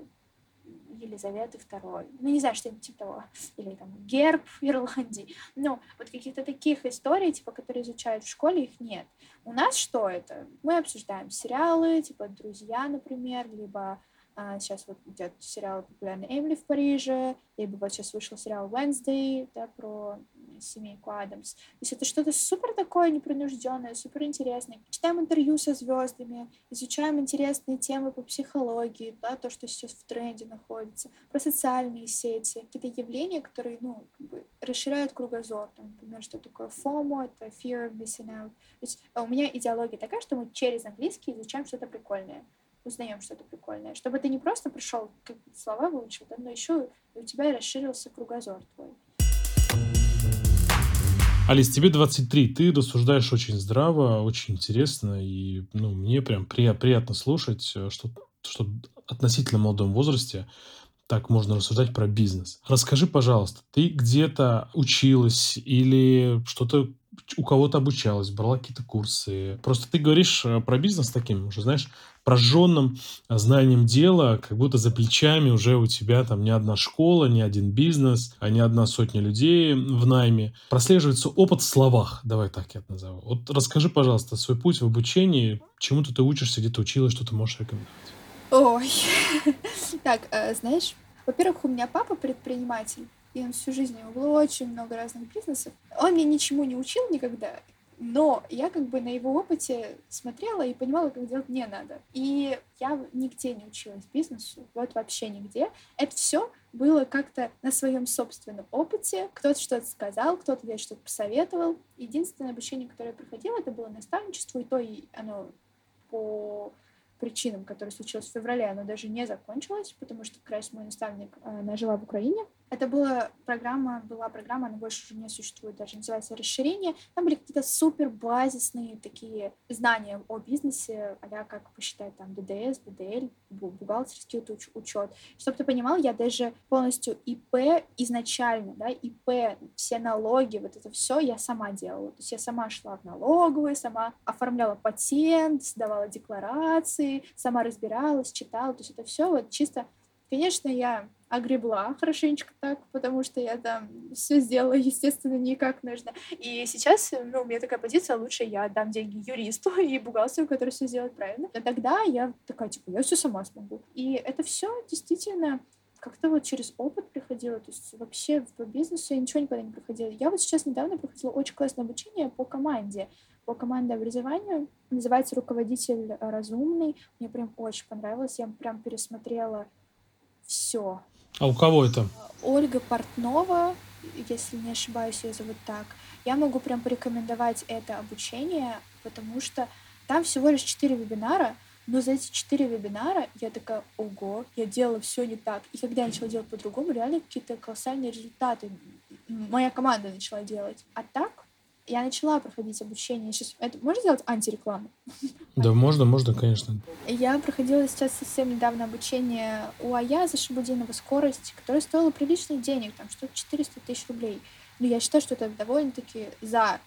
Елизаветы второй. Ну, не знаю, что-нибудь типа того. Или там герб Ирландии. Ну, вот каких-то таких историй, типа, которые изучают в школе, их нет. У нас что это? Мы обсуждаем сериалы, типа «Друзья», например, либо а, сейчас вот идет сериал популярный «Эмили в Париже», либо вот сейчас вышел сериал «Wednesday», да, про «Семейку Адамс». То есть это что-то супер такое непринужденное, супер интересное. Читаем интервью со звездами, изучаем интересные темы по психологии, да, то, что сейчас в тренде находится, про социальные сети, какие-то явления, которые, ну, как бы расширяют кругозор. Там, например, что такое FOMO, это Fear of Missing Out. То есть а у меня идеология такая, что мы через английский изучаем что-то прикольное, узнаем что-то прикольное, чтобы ты не просто пришел, как слова выучил, да, но еще и у тебя расширился кругозор твой. Алис, тебе двадцать три, ты рассуждаешь очень здраво, очень интересно, и ну, мне прям прия- приятно слушать, э, что, что в относительно молодом возрасте так можно рассуждать про бизнес. Расскажи, пожалуйста, ты где-то училась или что-то у кого-то обучалась, брала какие-то курсы? Просто ты говоришь э, про бизнес таким уже, знаешь, прожженным э, знанием дела, как будто за плечами уже у тебя там не одна школа, не один бизнес, а не одна сотня людей в найме. Прослеживается опыт в словах, давай так я это назову. Вот расскажи, пожалуйста, свой путь в обучении, чему-то ты учишься, где-то училась, что ты можешь рекомендовать. Ой. Так, э, знаешь, во-первых, у меня папа предприниматель, и он всю жизнь, у него было очень много разных бизнесов. Он меня ничему не учил никогда, но я как бы на его опыте смотрела и понимала, как делать не надо. И я нигде не училась бизнесу, вот вообще нигде. Это все было как-то на своем собственном опыте. Кто-то что-то сказал, кто-то где-то что-то посоветовал. Единственное обучение, которое я проходила, это было наставничество, и то и оно по причинам, которые случилось в феврале, оно даже не закончилось, потому что как раз мой наставник, э, она жила в Украине. Это была программа, была программа, она больше уже не существует, даже называется «Расширение». Там были какие-то супер базисные такие знания о бизнесе, а как посчитать там д д с, б д л, бу- бухгалтерский вот уч- учет. Чтобы ты понимал, я даже полностью и п изначально, да, и п все налоги, вот это все я сама делала. То есть я сама шла в налоговую, сама оформляла патент, сдавала декларации, сама разбиралась, читала. То есть это все вот чисто. Конечно, я огребла хорошенечко так, потому что я там все сделала, естественно, не как нужно. И сейчас, ну, у меня такая позиция: лучше я отдам деньги юристу и бухгалтеру, который все сделает правильно. Но тогда я такая, типа, я все сама смогу. И это все действительно как-то вот через опыт приходило. То есть вообще по бизнесу я ничего никогда не проходила. Я вот сейчас недавно проходила очень классное обучение по команде, по командному образованию. Называется «Руководитель разумный». Мне прям очень понравилось. Я прям пересмотрела все. А у кого это? Ольга Портнова, если не ошибаюсь, ее зовут так. Я могу прям порекомендовать это обучение, потому что там всего лишь четыре вебинара, но за эти четыре вебинара я такая: ого, я делала все не так. И когда я начала делать по-другому, реально какие-то колоссальные результаты м, моя команда начала делать. А так я начала проходить обучение. Сейчас это можно сделать антирекламу? Да, можно, можно, конечно. Я проходила сейчас совсем недавно обучение у Аяза Шабудинова «Скорость», которое стоило приличных денег, там что-то четыреста тысяч рублей. Но я считаю, что это довольно-таки за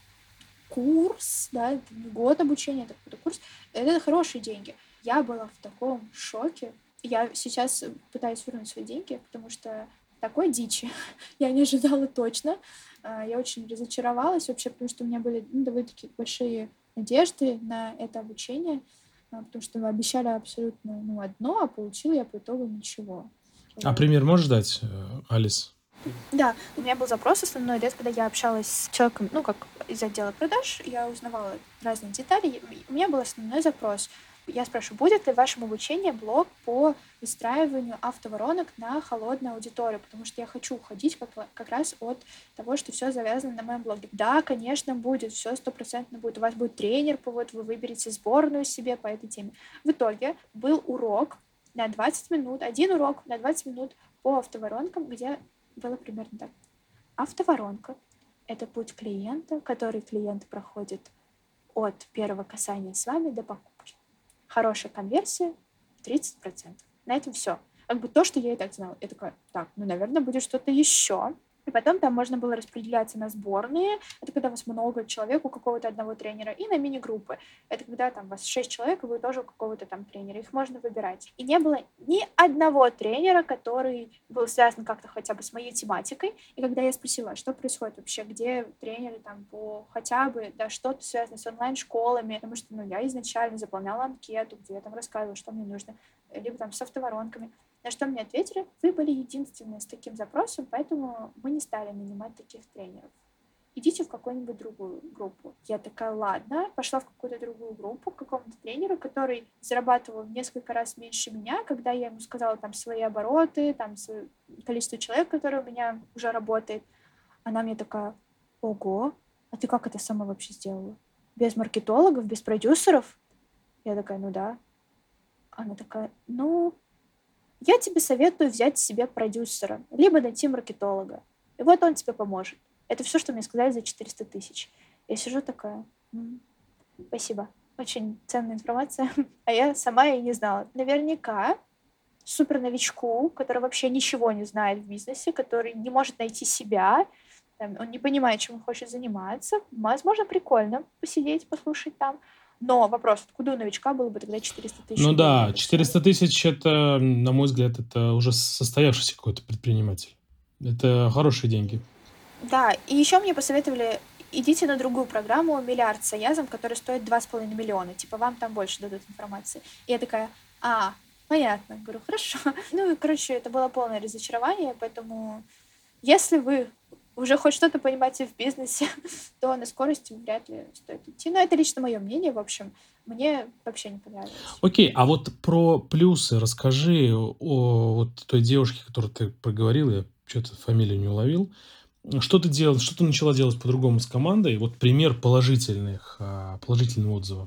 курс, да, это не год обучения, это какой-то курс, это хорошие деньги. Я была в таком шоке. Я сейчас пытаюсь вернуть свои деньги, потому что такой дичи я не ожидала точно. А, Я очень разочаровалась вообще, потому что у меня были, ну, довольно-таки большие надежды на это обучение, а, потому что мы обещали абсолютно, ну, одно, а получила я по итогу ничего. А Вот. пример можешь дать, э, Алис? Да, у меня был запрос основной, да, когда я общалась с человеком, ну, как из отдела продаж, я узнавала разные детали. И у меня был основной запрос. Я спрашиваю, будет ли в вашем обучении блок по выстраиванию автоворонок на холодную аудиторию, потому что я хочу уходить как, ла- как раз от того, что все завязано на моем блоге. Да, конечно, будет, все стопроцентно будет. У вас будет тренер, по- вот вы выберете сборную себе по этой теме. В итоге был урок на двадцать минут, один урок на двадцать минут по автоворонкам, где было примерно так. Автоворонка — это путь клиента, который клиент проходит от первого касания с вами до покупки. Хорошая конверсия тридцать процентов. На этом все. Как бы то, что я и так знала. Я такая: так, ну, наверное, будет что-то еще. И потом там можно было распределяться на сборные. Это когда у вас много человек у какого-то одного тренера. И на мини-группы. Это когда там у вас шесть человек, и вы тоже у какого-то там тренера. Их можно выбирать. И не было ни одного тренера, который был связан как-то хотя бы с моей тематикой. И когда я спросила, а что происходит вообще, где тренеры там по хотя бы, да, что-то связано с онлайн-школами, потому что, ну, я изначально заполняла анкету, где я там рассказывала, что мне нужно, либо там с автоворонками. На что мне ответили: вы были единственные с таким запросом, поэтому мы не стали нанимать таких тренеров. идите в какую-нибудь другую группу. Я такая, ладно, пошла в какую-то другую группу к какому-то тренеру, который зарабатывал в несколько раз меньше меня, когда я ему сказала там свои обороты, там свое количество человек, которые у меня уже работает. Она мне такая, ого, а ты как это сама вообще сделала? Без маркетологов, без продюсеров? Я такая, ну да. Она такая, ну, я тебе советую взять себе продюсера, либо найти маркетолога. И вот он тебе поможет. Это все, что мне сказали за четыреста тысяч. Я сижу такая, «М, спасибо, очень ценная информация, а я сама и не знала. Наверняка супер новичку, который вообще ничего не знает в бизнесе, который не может найти себя, там, он не понимает, чем он хочет заниматься, возможно, прикольно посидеть, послушать там. Но вопрос, откуда у новичка было бы тогда четыреста тысяч Ну рублей на да, это все? четыреста тысяч это, на мой взгляд, это уже состоявшийся какой-то предприниматель. Это хорошие деньги. Да, и еще мне посоветовали, идите на другую программу «Миллиард с Аязом», которая стоит два с половиной миллиона. Типа, вам там больше дадут информации. И я такая, а, понятно. Говорю, хорошо. Ну и, короче, это было полное разочарование, поэтому если вы уже хоть что-то понимаете в бизнесе, то на скорости вряд ли стоит идти. Но это лично мое мнение, в общем. Мне вообще не понравилось. Окей, а вот про плюсы расскажи о вот той девушке, которую ты проговорил, я что-то фамилию не уловил. Что ты делал, что ты начала делать по-другому с командой? Вот пример положительных, а, положительного отзыва.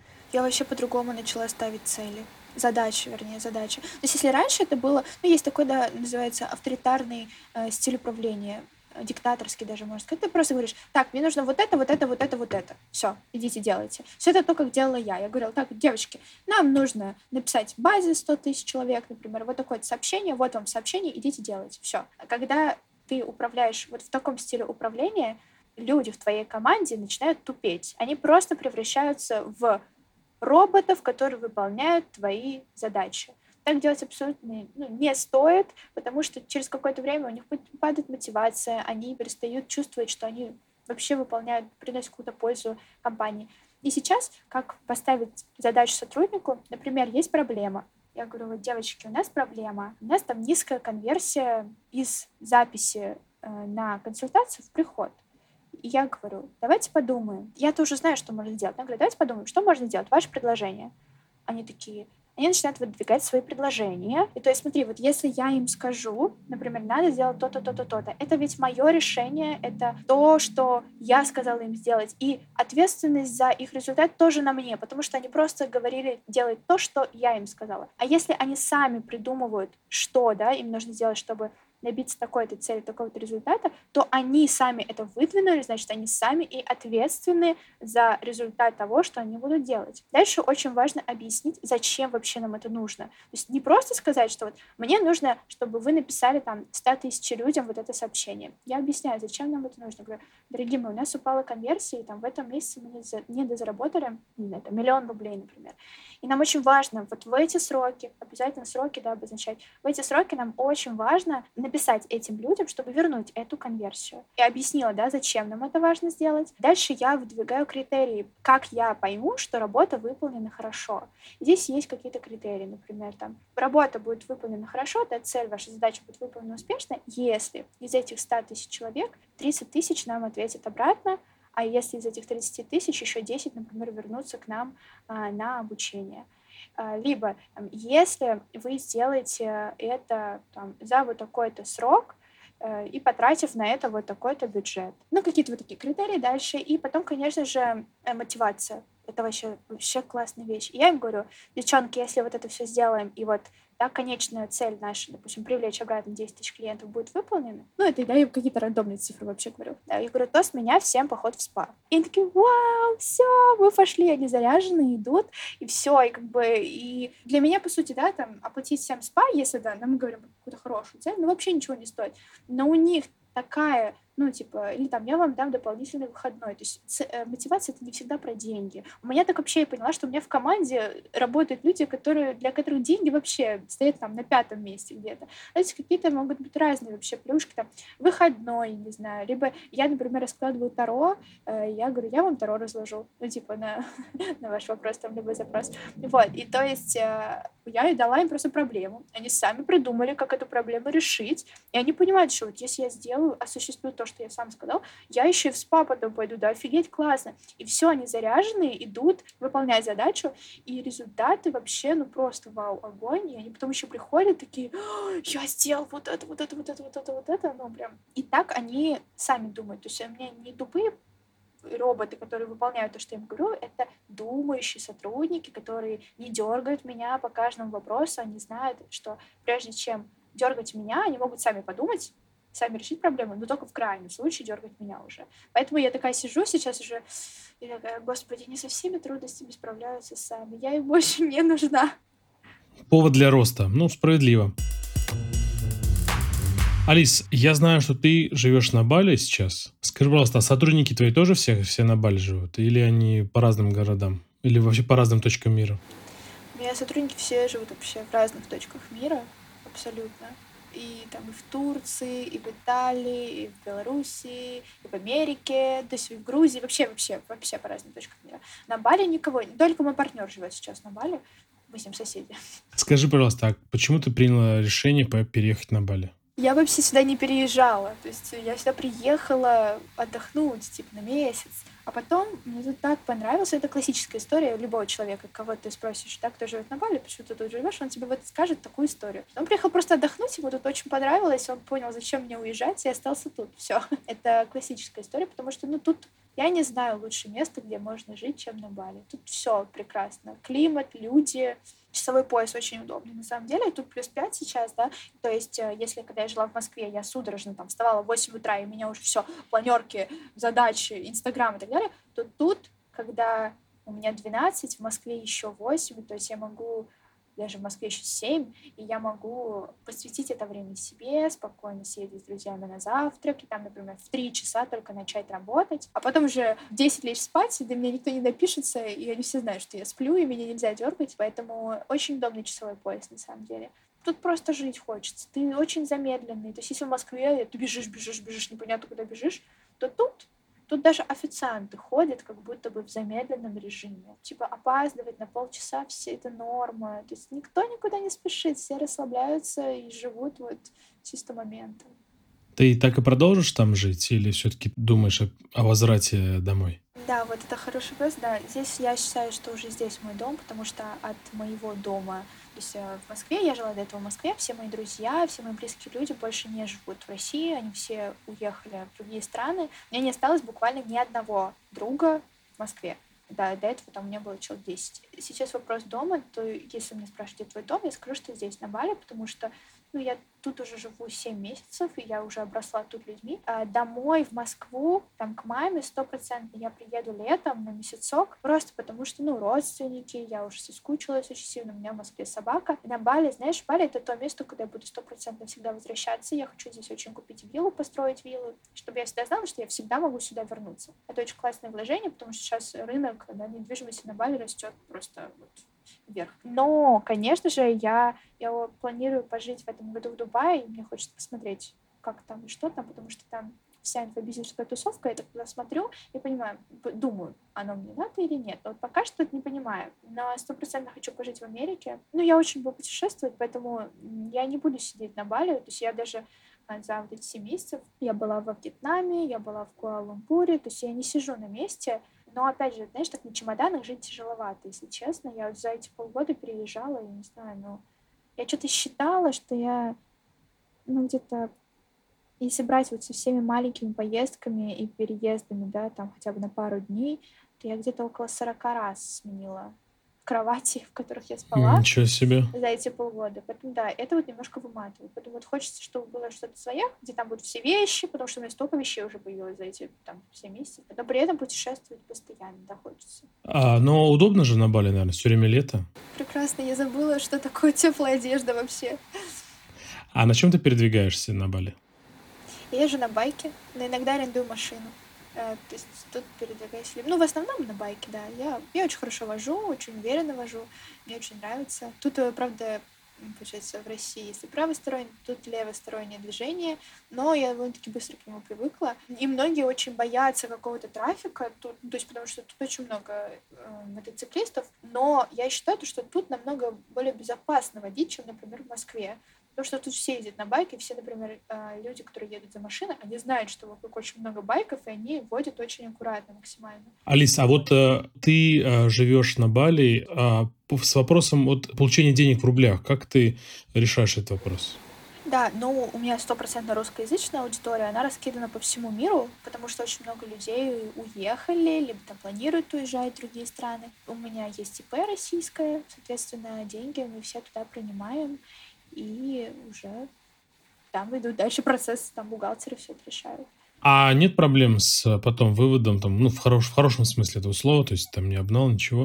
Я вообще по-другому начала ставить цели. Задачи, вернее, задачи. То есть если раньше это было, ну, есть такой, да, называется авторитарный э, стиль управления, э, диктаторский даже, можно сказать. Ты просто говоришь, так, мне нужно вот это, вот это, вот это, вот это. Все, идите, делайте. Все это то, как делала я. Я говорила, так, девочки, нам нужно написать в базе сто тысяч человек, например, вот такое сообщение, вот вам сообщение, идите, делайте. Все. Когда ты управляешь вот в таком стиле управления, люди в твоей команде начинают тупеть. Они просто превращаются в роботов, которые выполняют твои задачи. Так делать абсолютно ну, не стоит, потому что через какое-то время у них падает мотивация, они перестают чувствовать, что они вообще выполняют, приносят какую-то пользу компании. И сейчас, как поставить задачу сотруднику, например, есть проблема. Я говорю, вот, девочки, у нас проблема. У нас там низкая конверсия из записи э, на консультацию в приход. И я говорю, давайте подумаем. Я-то уже знаю, что можно сделать. Я говорю, давайте подумаем, что можно сделать, ваше предложение. Они такие, они начинают выдвигать свои предложения. И то есть, смотри, вот если я им скажу, например, надо сделать то-то, то-то, то-то, это ведь мое решение, это то, что я сказала им сделать. И ответственность за их результат тоже на мне, потому что они просто говорили делать то, что я им сказала. А если они сами придумывают, что, да, им нужно сделать, чтобы добиться такой-то цели, такого-то результата, то они сами это выдвинули, значит, они сами и ответственны за результат того, что они будут делать. Дальше очень важно объяснить, зачем вообще нам это нужно. То есть не просто сказать, что вот мне нужно, чтобы вы написали там сто тысяч людям вот это сообщение. Я объясняю, зачем нам это нужно. Говорю, дорогие мои, у нас упала конверсия, и там в этом месяце мы не, за, не дозаработали, не знаю, там, миллион рублей, например. И нам очень важно вот в эти сроки, обязательно сроки, да, обозначать, в эти сроки нам очень важно написать этим людям, чтобы вернуть эту конверсию. Я объяснила, да, зачем нам это важно сделать. Дальше я выдвигаю критерии, как я пойму, что работа выполнена хорошо. Здесь есть какие-то критерии, например, там, работа будет выполнена хорошо, да, цель, ваша задача будет выполнена успешно, если из этих ста тысяч человек тридцать тысяч нам ответят обратно, а если из этих тридцати тысяч еще десять, например, вернутся к нам а, на обучение. А, либо, там, если вы сделаете это там, за вот такой-то срок, э, и потратив на это вот такой-то бюджет. Ну, какие-то вот такие критерии дальше. И потом, конечно же, э, мотивация. Это вообще, вообще классная вещь. И я им говорю, девчонки, если вот это все сделаем, и вот да, конечная цель наша, допустим, привлечь обратно десять тысяч клиентов будет выполнена, ну, это да, я какие-то рандомные цифры вообще говорю. Да, я говорю, то с меня всем поход в спа. И они такие, вау, все, мы пошли, они заряжены, идут, и все, и как бы, и для меня, по сути, да, там, оплатить всем спа, если, да, ну, мы говорим какую-то хорошую цель, ну, вообще ничего не стоит. Но у них такая, ну, типа, или там, я вам дам дополнительный выходной. То есть ц- э, мотивация — это не всегда про деньги. У меня так вообще я поняла, что у меня в команде работают люди, которые, для которых деньги вообще стоят там на пятом месте где-то. То есть какие-то могут быть разные вообще плюшки, там, выходной, не знаю. Либо я, например, раскладываю таро, э, я говорю, я вам таро разложу, ну, типа, на, на ваш вопрос, там, либо запрос. Вот, и то есть э, я и дала им просто проблему. Они сами придумали, как эту проблему решить, и они понимают, что вот если я сделаю, осуществлю то, то, что я сам сказал, я еще и в спа потом пойду, да, офигеть, классно. И все, они заряжены, идут выполнять задачу, и результаты вообще, ну, просто вау, огонь. И они потом еще приходят такие: «А, я сделал вот это, вот это, вот это, вот это, вот это», ну, прям. И так они сами думают. То есть у меня не тупые роботы, которые выполняют то, что я им говорю, это думающие сотрудники, которые не дергают меня по каждому вопросу. Они знают, что прежде чем дергать меня, они могут сами подумать, сами решить проблему, но только в крайнем случае дергать меня уже. Поэтому я такая сижу сейчас уже и такая: господи, не со всеми трудностями справляются сами, я им больше не нужна. Повод для роста. Ну, справедливо. Алис, я знаю, что ты живешь на Бали сейчас. Скажи, пожалуйста, а сотрудники твои тоже все, все на Бали живут? Или они по разным городам? Или вообще по разным точкам мира? У меня сотрудники все живут вообще в разных точках мира, абсолютно. И там и в Турции, и в Италии, и в Белоруссии, и в Америке, то есть и в Грузии, вообще, вообще, вообще по разным точкам мира. На Бали никого, только мой партнер живет сейчас на Бали, мы с ним соседи. Скажи, пожалуйста, а почему ты приняла решение по- переехать на Бали? Я вообще сюда не переезжала, то есть я сюда приехала отдохнуть, типа, на месяц. А потом мне тут так понравилось. Это классическая история любого человека, кого ты спросишь, да, кто живет на Бали, почему ты тут живешь, он тебе вот скажет такую историю. Он приехал просто отдохнуть, ему тут очень понравилось, он понял, зачем мне уезжать, и остался тут. Все. Это классическая история, потому что, ну, тут я не знаю лучше места, где можно жить, чем на Бали. Тут все прекрасно. Климат, люди, часовой пояс очень удобный. На самом деле, тут плюс пять сейчас, да, то есть, э, если когда я жила в Москве, я судорожно там вставала в восемь утра, и меня уже все, планерки, задачи, Инстаграм и так далее, то тут, когда у меня двенадцать, в Москве еще восемь, то есть я могу, даже в Москве еще семь, и я могу посвятить это время себе, спокойно съездить с друзьями на завтрак, и там, например, в три часа только начать работать, а потом уже в десять лечь спать, и до меня никто не допишется, и они все знают, что я сплю, и меня нельзя дергать, поэтому очень удобный часовой пояс на самом деле. Тут просто жить хочется. Ты очень замедленный. То есть если в Москве ты бежишь, бежишь, бежишь, непонятно куда бежишь, то тут Тут даже официанты ходят как будто бы в замедленном режиме. Типа опаздывать на полчаса — все это норма. То есть никто никуда не спешит, все расслабляются и живут вот чисто моментом. Ты так и продолжишь там жить или все-таки думаешь о, о возврате домой? Да, вот это хороший вопрос, да. Здесь я считаю, что уже здесь мой дом, потому что от моего дома, то есть э, в Москве, я жила до этого в Москве, все мои друзья, все мои близкие люди больше не живут в России, они все уехали в другие страны. У меня не осталось буквально ни одного друга в Москве. Да, до этого там у меня было человек десять. Сейчас вопрос дома, то если меня спрашивают, где твой дом, я скажу, что здесь, на Бали, потому что ну, я тут уже живу семь месяцев, и я уже обросла тут людьми. А домой, в Москву, там, к маме, стопроцентно я приеду летом на месяцок, просто потому что, ну, родственники, я уже соскучилась очень сильно, у меня в Москве собака. И на Бали, знаешь, Бали — это то место, куда я буду стопроцентно всегда возвращаться. Я хочу здесь очень купить виллу, построить виллу, чтобы я всегда знала, что я всегда могу сюда вернуться. Это очень классное вложение, потому что сейчас рынок, да, недвижимости на Бали растет просто вот вверх. Но, конечно же, я, я планирую пожить в этом году в Дубае, и мне хочется посмотреть, как там и что там, потому что там вся инфобизнесовая тусовка, я так туда смотрю и понимаю, п- думаю, оно мне надо или нет. Но вот пока что это не понимаю. Но стопроцентно хочу пожить в Америке. Ну, я очень люблю путешествовать, поэтому м, я не буду сидеть на Бали. То есть я даже а, за вот эти семь месяцев я была во Вьетнаме, я была в Куала-Лумпуре, то есть я не сижу на месте. Но, опять же, знаешь, так на чемоданах жить тяжеловато, если честно. Я вот за эти полгода переезжала, я не знаю, ну, я что-то считала, что я, ну, где-то, если брать вот со всеми маленькими поездками и переездами, да, там хотя бы на пару дней, то я где-то около сорока раз сменила кровати, в которых я спала Ничего себе. за эти полгода. Поэтому да, это вот немножко выматывает. Поэтому вот хочется, чтобы было что-то свое, где там будут все вещи, потому что у меня столько вещей уже появилось за эти там все месяцы. Но при этом путешествовать постоянно, да, хочется. А, но удобно же на Бали, наверное, все время лето. Прекрасно, я забыла, что такое теплая одежда вообще. А на чем ты передвигаешься на Бали? Я езжу на байке, но иногда арендую машину. Э, то есть тут передвигаюсь. либо- Ну, в основном на байке, да. Я, я очень хорошо вожу, очень уверенно вожу. Мне очень нравится. Тут, э, правда, м, получается, в России, если правостороннее, тут левостороннее движение, но я довольно-таки быстро к нему привыкла. И многие очень боятся какого-то трафика тут, ну, то есть потому что тут очень много э, мотоциклистов, но я считаю, то, что тут намного более безопасно водить, чем, например, в Москве. Потому что тут все ездят на байке, все, например, а, люди, которые едут за машиной, они знают, что вокруг очень много байков, и они водят очень аккуратно, максимально. Алис, а вот э, ты э, живешь на Бали, а, п- с вопросом от получения денег в рублях, как ты решаешь этот вопрос? Да, ну, у меня стопроцентно русскоязычная аудитория, она раскидана по всему миру, потому что очень много людей уехали, либо там планируют уезжать в другие страны. У меня есть ИП российское, соответственно, деньги мы все туда принимаем, и уже там идут дальше процессы, там бухгалтеры все это решают. А нет проблем с э, потом выводом, там, ну, в, хорош- в хорошем смысле этого слова, то есть там не обнал, ничего,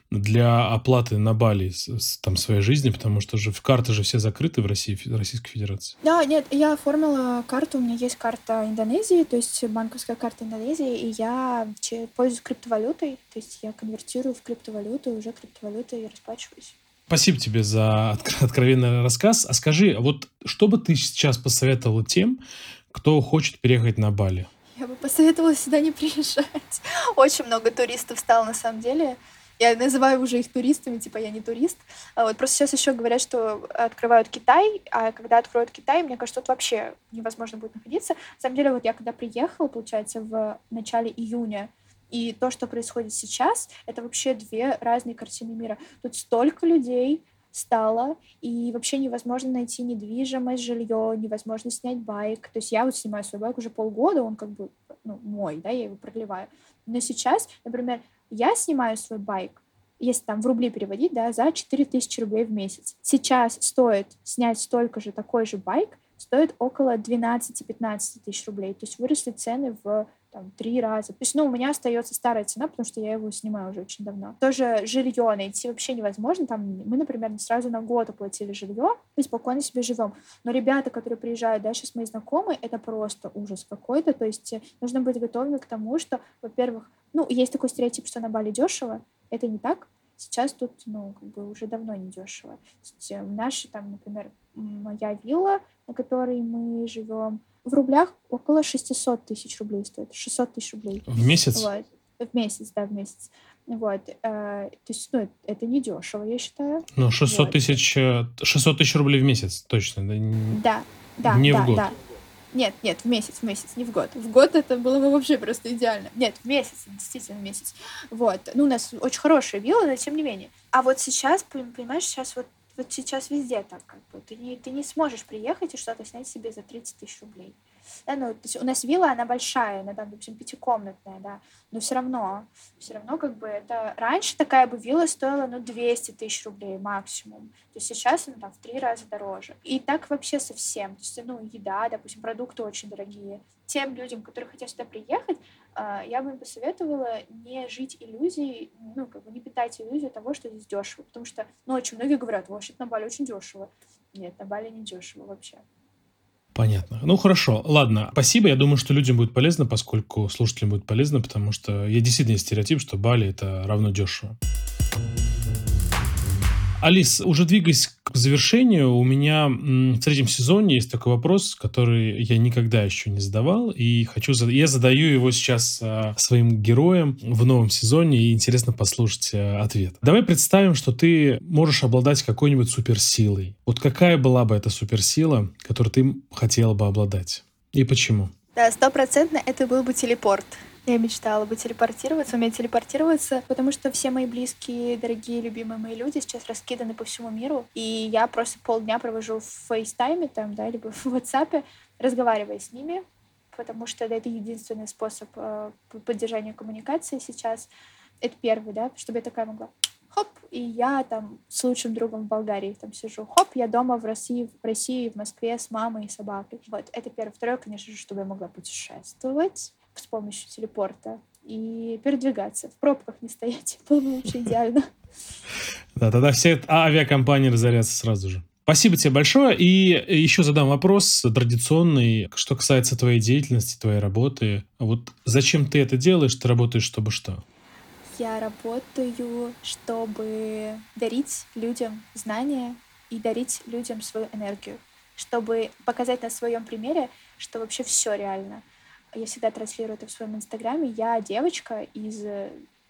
для оплаты на Бали с- с- там своей жизни, потому что же в- карты же все закрыты в России, Фе- Российской Федерации. Да, нет, я оформила карту, у меня есть карта Индонезии, то есть банковская карта Индонезии, и я че- пользуюсь криптовалютой, то есть я конвертирую в криптовалюту, и уже криптовалютой расплачиваюсь. Спасибо тебе за отк- откровенный рассказ. А скажи, вот что бы ты сейчас посоветовала тем, кто хочет переехать на Бали? Я бы посоветовала сюда не приезжать. Очень много туристов стало на самом деле. Я называю уже их туристами, типа я не турист. А вот просто сейчас еще говорят, что открывают Китай, а когда откроют Китай, мне кажется, тут вообще невозможно будет находиться. На самом деле, вот я когда приехала, получается, в начале июня, и то, что происходит сейчас, это вообще две разные картины мира. Тут столько людей стало, и вообще невозможно найти недвижимость, жилье, невозможно снять байк. То есть я вот снимаю свой байк уже полгода, он как бы ну, мой, да, я его продлеваю. Но сейчас, например, я снимаю свой байк, если там в рубли переводить, да, за четыре тысячи рублей в месяц. Сейчас стоит снять столько же, такой же байк, стоит около двенадцать-пятнадцать тысяч рублей. То есть выросли цены в там, три раза. То есть, ну, у меня остается старая цена, потому что я его снимаю уже очень давно. Тоже жилье найти вообще невозможно. Там мы, например, сразу на год оплатили жилье и спокойно себе живем. Но ребята, которые приезжают, да, сейчас мои знакомые, это просто ужас какой-то. То есть э, нужно быть готовыми к тому, что, во-первых, ну, есть такой стереотип, что на Бали дешево. Это не так. Сейчас тут, ну, как бы уже давно не дешево. То есть, э, наши, там, например, моя вилла, на которой мы живем, в рублях около шестьсот тысяч рублей стоит. шестьсот тысяч рублей. В месяц? Вот. В месяц, да, в месяц. Вот. э, То есть, ну, это не дешево, я считаю. Ну, шестьсот Вот. тысяч, э, шестьсот тысяч рублей в месяц, точно, да, н- Да, да, не в да, год. да. Нет, нет, в месяц, в месяц, не в год. В год это было бы вообще просто идеально. Нет, в месяц, действительно, в месяц. Вот. Ну, у нас очень хорошая вилла, но тем не менее. А вот сейчас, пон- понимаешь, сейчас вот, вот сейчас везде так как бы. Ты не, ты не сможешь приехать и что-то снять себе за тридцать тысяч рублей. Да, ну, то есть у нас вилла, она большая, она там, допустим, пятикомнатная, да, но все равно, все равно как бы это... Раньше такая бы вилла стоила, ну, двести тысяч рублей максимум, то есть сейчас она там в три раза дороже. И так вообще совсем, то есть, ну, еда, допустим, продукты очень дорогие. Тем людям, которые хотят сюда приехать, а, я бы им посоветовала не жить иллюзией, ну, как бы не питать иллюзию того, что здесь дешево, потому что, ну, очень многие говорят, вообще на Бали очень дешево. Нет, на Бали не дешево вообще. Понятно. Ну, хорошо. Ладно, спасибо. Я думаю, что людям будет полезно, поскольку слушателям будет полезно, потому что я действительно есть стереотип, что Бали это равно дешево. Алис, уже двигаясь к завершению, у меня м, в третьем сезоне есть такой вопрос, который я никогда еще не задавал, и хочу зад- я задаю его сейчас а, своим героям в новом сезоне, и интересно послушать а, ответ. Давай представим, что ты можешь обладать какой-нибудь суперсилой. Вот какая была бы эта суперсила, которой ты хотела бы обладать? И почему? Да, стопроцентно это был бы телепорт. Я мечтала бы телепортироваться, уметь телепортироваться, потому что все мои близкие, дорогие, любимые мои люди сейчас раскиданы по всему миру, и я просто полдня провожу в фейстайме там, да, либо в WhatsApp, разговаривая с ними, потому что это единственный способ э, п- поддержания коммуникации сейчас. Это первый, да, чтобы я такая могла хоп, и я там с лучшим другом в Болгарии там сижу, хоп, я дома в России, в России, в Москве с мамой и собакой. Вот, это первое. Второе, конечно же, чтобы я могла путешествовать с помощью телепорта и передвигаться, в пробках не стоять. Было бы вообще идеально. Да, тогда все авиакомпании разорятся сразу же. Спасибо тебе большое. И еще задам вопрос традиционный, что касается твоей деятельности, твоей работы. Вот зачем ты это делаешь? Ты работаешь, чтобы что? Я работаю, чтобы дарить людям знания и дарить людям свою энергию, чтобы показать на своем примере, что вообще все реально. Я всегда транслирую это в своем инстаграме. Я девочка из э,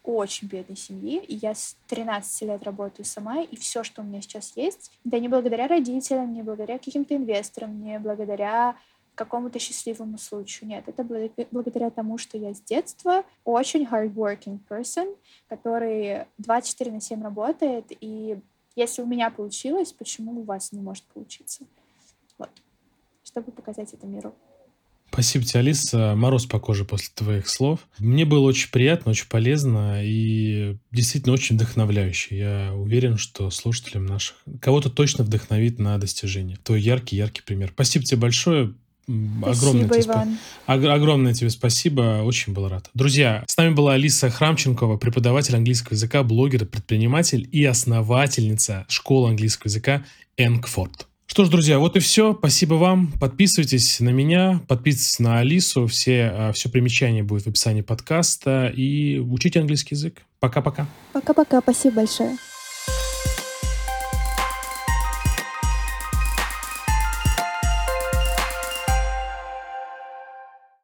очень бедной семьи, и я с тринадцати лет работаю сама, и все, что у меня сейчас есть, да не благодаря родителям, не благодаря каким-то инвесторам, не благодаря какому-то счастливому случаю. Нет, это благ- благодаря тому, что я с детства очень hardworking person, который двадцать четыре на семь работает, и если у меня получилось, почему у вас не может получиться? Вот, чтобы показать это миру. Спасибо тебе, Алиса. Мороз по коже после твоих слов. Мне было очень приятно, очень полезно и действительно очень вдохновляюще. Я уверен, что слушателям наших кого-то точно вдохновит на достижение. Твой яркий-яркий пример. Спасибо тебе большое. М, Огромное Спасибо, тебе, спа- Иван. ог- огромное тебе спасибо. Очень был рад. Друзья, с нами была Алиса Храмченкова, преподаватель английского языка, блогер, предприниматель и основательница школы английского языка Энкфорд. Что ж, друзья, вот и все. Спасибо вам. Подписывайтесь на меня, подписывайтесь на Алису. Все, а, все примечания будут в описании подкаста. И учите английский язык. Пока-пока. Пока-пока, спасибо большое.